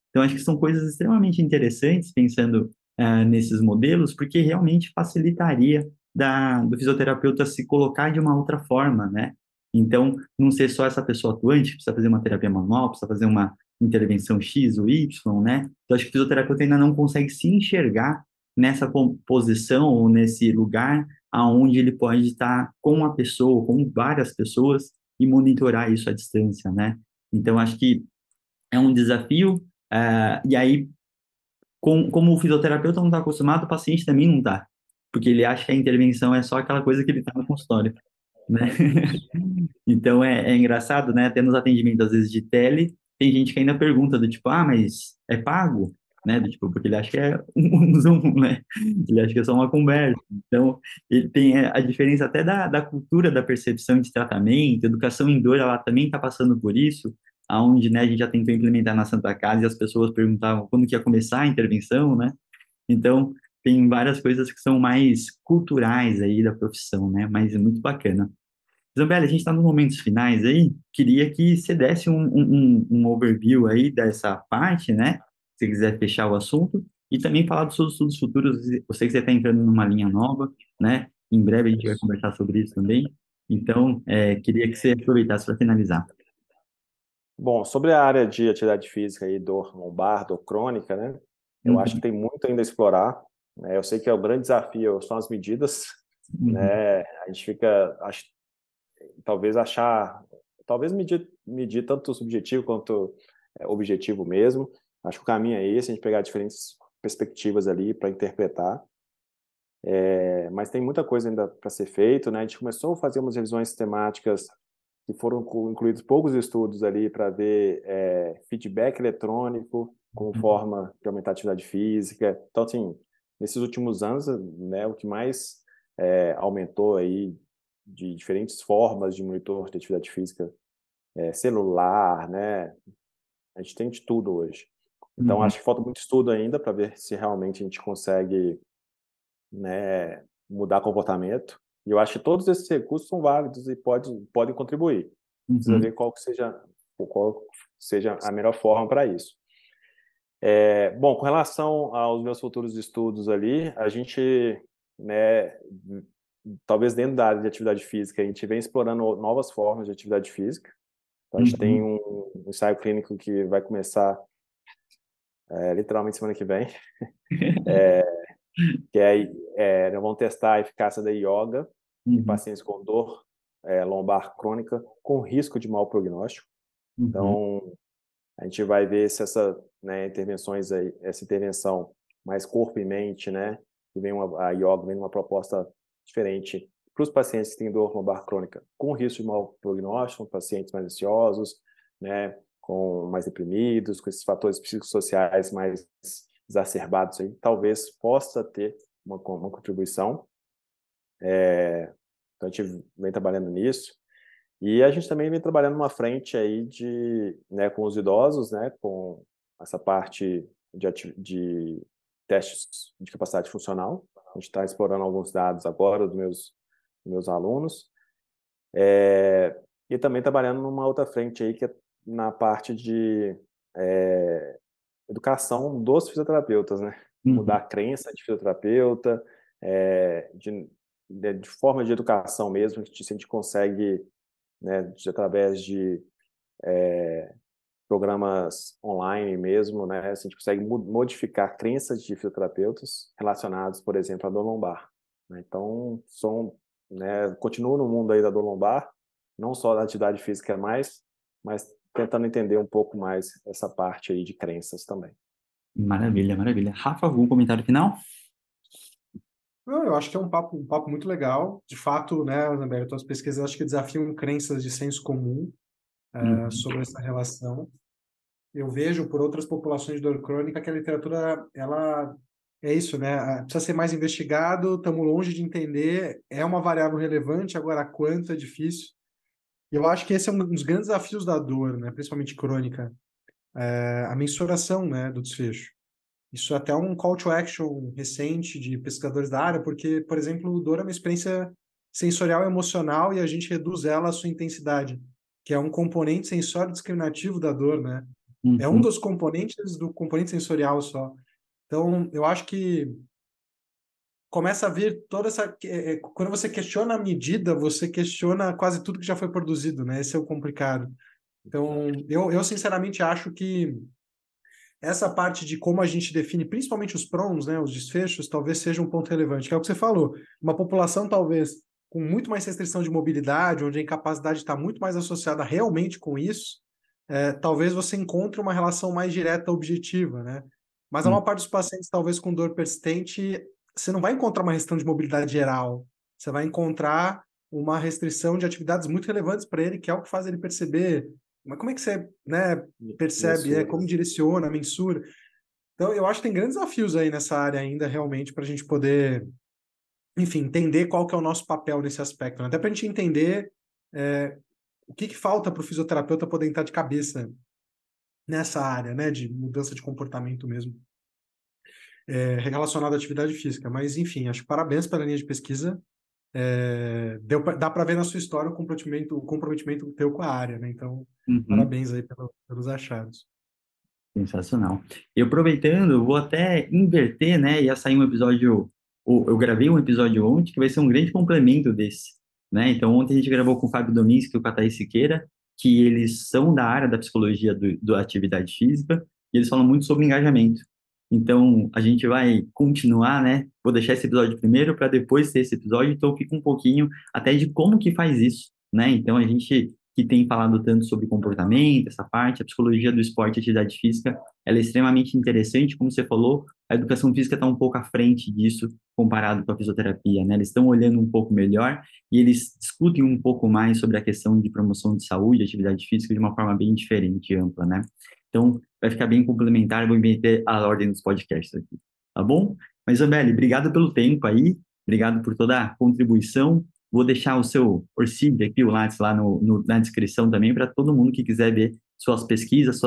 Então, acho que são coisas extremamente interessantes, pensando nesses modelos, porque realmente facilitaria do fisioterapeuta se colocar de uma outra forma, né? Então, não ser só essa pessoa atuante, que precisa fazer uma terapia manual, precisa fazer uma intervenção X ou Y, né? Então, acho que o fisioterapeuta ainda não consegue se enxergar nessa posição ou nesse lugar aonde ele pode estar com a pessoa, com várias pessoas e monitorar isso à distância, né? Então, acho que é um desafio, e aí, como o fisioterapeuta não está acostumado, o paciente também não está, porque ele acha que a intervenção é só aquela coisa que ele está no consultório, né? Então é engraçado, né? Até nos atendimentos, às vezes, de tele, tem gente que ainda pergunta do tipo, mas é pago? Né? Do tipo, porque ele acha que é um Zoom, né? Ele acha que é só uma conversa. Então, ele tem a diferença até da cultura da percepção de tratamento, educação em dor, ela também está passando por isso, aonde, né, a gente já tentou implementar na Santa Casa e as pessoas perguntavam quando que ia começar a intervenção, né? Então, tem várias coisas que são mais culturais aí da profissão, né? Mas é muito bacana. Isabela, a gente está nos momentos finais aí. Queria que você desse um overview aí dessa parte, né? Se você quiser fechar o assunto. E também falar dos seus estudos futuros. Eu sei que você está entrando numa linha nova, né? Em breve a gente vai conversar sobre isso também. Então, queria que você aproveitasse para finalizar. Bom, sobre a área de atividade física e dor lombar, dor crônica, né? Eu acho que Uhum, tem muito ainda a explorar, né? Eu sei que é o grande desafio são as medidas, uhum, né? A gente fica, talvez medir tanto o subjetivo quanto objetivo mesmo. Acho que o caminho é esse, a gente pegar diferentes perspectivas ali para interpretar. Mas tem muita coisa ainda para ser feito, né? A gente começou a fazer umas revisões sistemáticas que foram incluídos poucos estudos ali para ver feedback eletrônico como forma de aumentar a atividade física. Então, assim, nesses últimos anos, né, o que mais aumentou aí de diferentes formas de monitor de atividade física celular, né? A gente tem de tudo hoje. Então, uhum, acho que falta muito estudo ainda para ver se realmente a gente consegue, né, mudar comportamento. E eu acho que todos esses recursos são válidos e podem contribuir. Precisa uhum, ver qual seja a melhor forma para isso. Bom, com relação aos meus futuros estudos ali, a gente, né, talvez dentro da área de atividade física, a gente vem explorando novas formas de atividade física. Então, a gente tem uhum. um ensaio clínico que vai começar literalmente semana que vem, que nós vamos testar a eficácia da yoga em Uhum, pacientes com dor lombar crônica com risco de mau prognóstico. uhum, Então, a gente vai ver se essa intervenção mais corpo e mente, né, que a yoga vem uma proposta diferente para os pacientes que têm dor lombar crônica com risco de mau prognóstico, pacientes mais ansiosos, né, com mais deprimidos, com esses fatores psicossociais mais exacerbados aí, talvez possa ter uma contribuição. Então a gente vem trabalhando nisso. E a gente também vem trabalhando numa frente aí né, com os idosos, né, com essa parte de testes de capacidade funcional. A gente está explorando alguns dados agora dos meus alunos. E também trabalhando numa outra frente aí, que é na parte de educação dos fisioterapeutas, né? Mudar uhum. a crença de fisioterapeuta, de forma de educação mesmo, que se a gente consegue, né, através de programas online mesmo, né, a gente consegue modificar crenças de fisioterapeutas relacionados, por exemplo, à dor lombar. Né? Então, continuo no mundo aí da dor lombar, não só da atividade física mais, mas tentando entender um pouco mais essa parte aí de crenças também. Maravilha, maravilha. Rafa, algum comentário final? Não, eu acho que é um papo muito legal. De fato, né, Isabel, tuas pesquisas acho que desafiam crenças de senso comum Uhum, sobre essa relação. Eu vejo por outras populações de dor crônica que a literatura, ela é isso, né? Precisa ser mais investigado, estamos longe de entender, é uma variável relevante, agora quanto é difícil. E eu acho que esse é um dos grandes desafios da dor, né? Principalmente crônica, a mensuração, né, do desfecho. Isso é até um call to action recente de pesquisadores da área, porque, por exemplo, dor é uma experiência sensorial e emocional e a gente reduz ela à sua intensidade, que é um componente sensório discriminativo da dor, né? É um dos componentes do componente sensorial só. Então, eu acho que começa a vir toda essa... Quando você questiona a medida, você questiona quase tudo que já foi produzido, né? Esse é o complicado. Então, eu sinceramente acho que essa parte de como a gente define, principalmente os PROMs, né, os desfechos, talvez seja um ponto relevante, que é o que você falou. Uma população, talvez, com muito mais restrição de mobilidade, onde a incapacidade está muito mais associada realmente com isso, talvez você encontre uma relação mais direta, objetiva, né? Mas a maior parte dos pacientes, talvez com dor persistente, você não vai encontrar uma restrição de mobilidade geral, você vai encontrar uma restrição de atividades muito relevantes para ele, que é o que faz ele perceber. Mas como é que você, né, percebe, como direciona, mensura? Então, eu acho que tem grandes desafios aí nessa área ainda, realmente, para a gente poder, enfim, entender qual que é o nosso papel nesse aspecto, né? Até para a gente entender o que falta para o fisioterapeuta poder entrar de cabeça nessa área, né, de mudança de comportamento mesmo, relacionado à atividade física. Mas, enfim, acho que parabéns pela linha de pesquisa. Dá para ver na sua história o comprometimento teu com a área, né? Então, parabéns aí pelos achados. Sensacional. E aproveitando, eu vou até inverter, né? Ia sair um episódio, eu gravei um episódio ontem que vai ser um grande complemento desse, né? Então, ontem a gente gravou com o Fábio Dominski e com a Thaís Siqueira, que eles são da área da psicologia da atividade física, e eles falam muito sobre engajamento. Então, a gente vai continuar, né? Vou deixar esse episódio primeiro para depois ter esse episódio, então fica um pouquinho até de como que faz isso, né? Então, a gente que tem falado tanto sobre comportamento, essa parte, a psicologia do esporte e atividade física, ela é extremamente interessante, como você falou, a educação física está um pouco à frente disso comparado com a fisioterapia, né? Eles estão olhando um pouco melhor e eles discutem um pouco mais sobre a questão de promoção de saúde, atividade física de uma forma bem diferente e ampla, né? Então, vai ficar bem complementar, eu vou inverter a ordem dos podcasts aqui, tá bom? Mas, Zambelli, obrigado pelo tempo aí, obrigado por toda a contribuição. Vou deixar o seu Orcid aqui, o Lattes, lá na descrição também, para todo mundo que quiser ver suas pesquisas,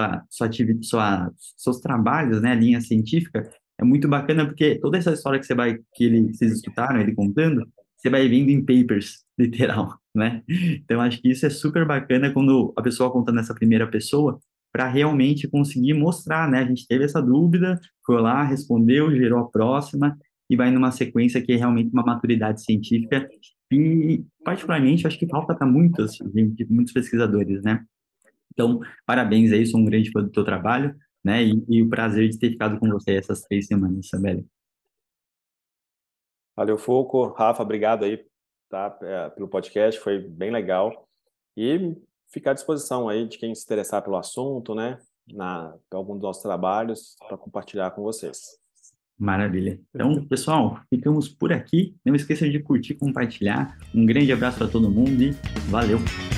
seus trabalhos, né, a linha científica. É muito bacana porque toda essa história vocês escutaram ele contando, você vai vendo em papers, literal, né? Então, acho que isso é super bacana quando a pessoa contando essa primeira pessoa, para realmente conseguir mostrar, né? A gente teve essa dúvida, foi lá, respondeu, gerou a próxima, e vai numa sequência que é realmente uma maturidade científica e, particularmente, eu acho que falta para muitos pesquisadores, né? Então, parabéns aí, sou um grande fã do teu trabalho, né? E o prazer de ter ficado com você essas 3 semanas, Sabela. Valeu, Foucault. Rafa, obrigado aí, tá, pelo podcast, foi bem legal. E ficar à disposição aí de quem se interessar pelo assunto, né? Algum dos nossos trabalhos, para compartilhar com vocês. Maravilha. Então, pessoal, ficamos por aqui. Não esqueça de curtir, compartilhar. Um grande abraço para todo mundo e valeu!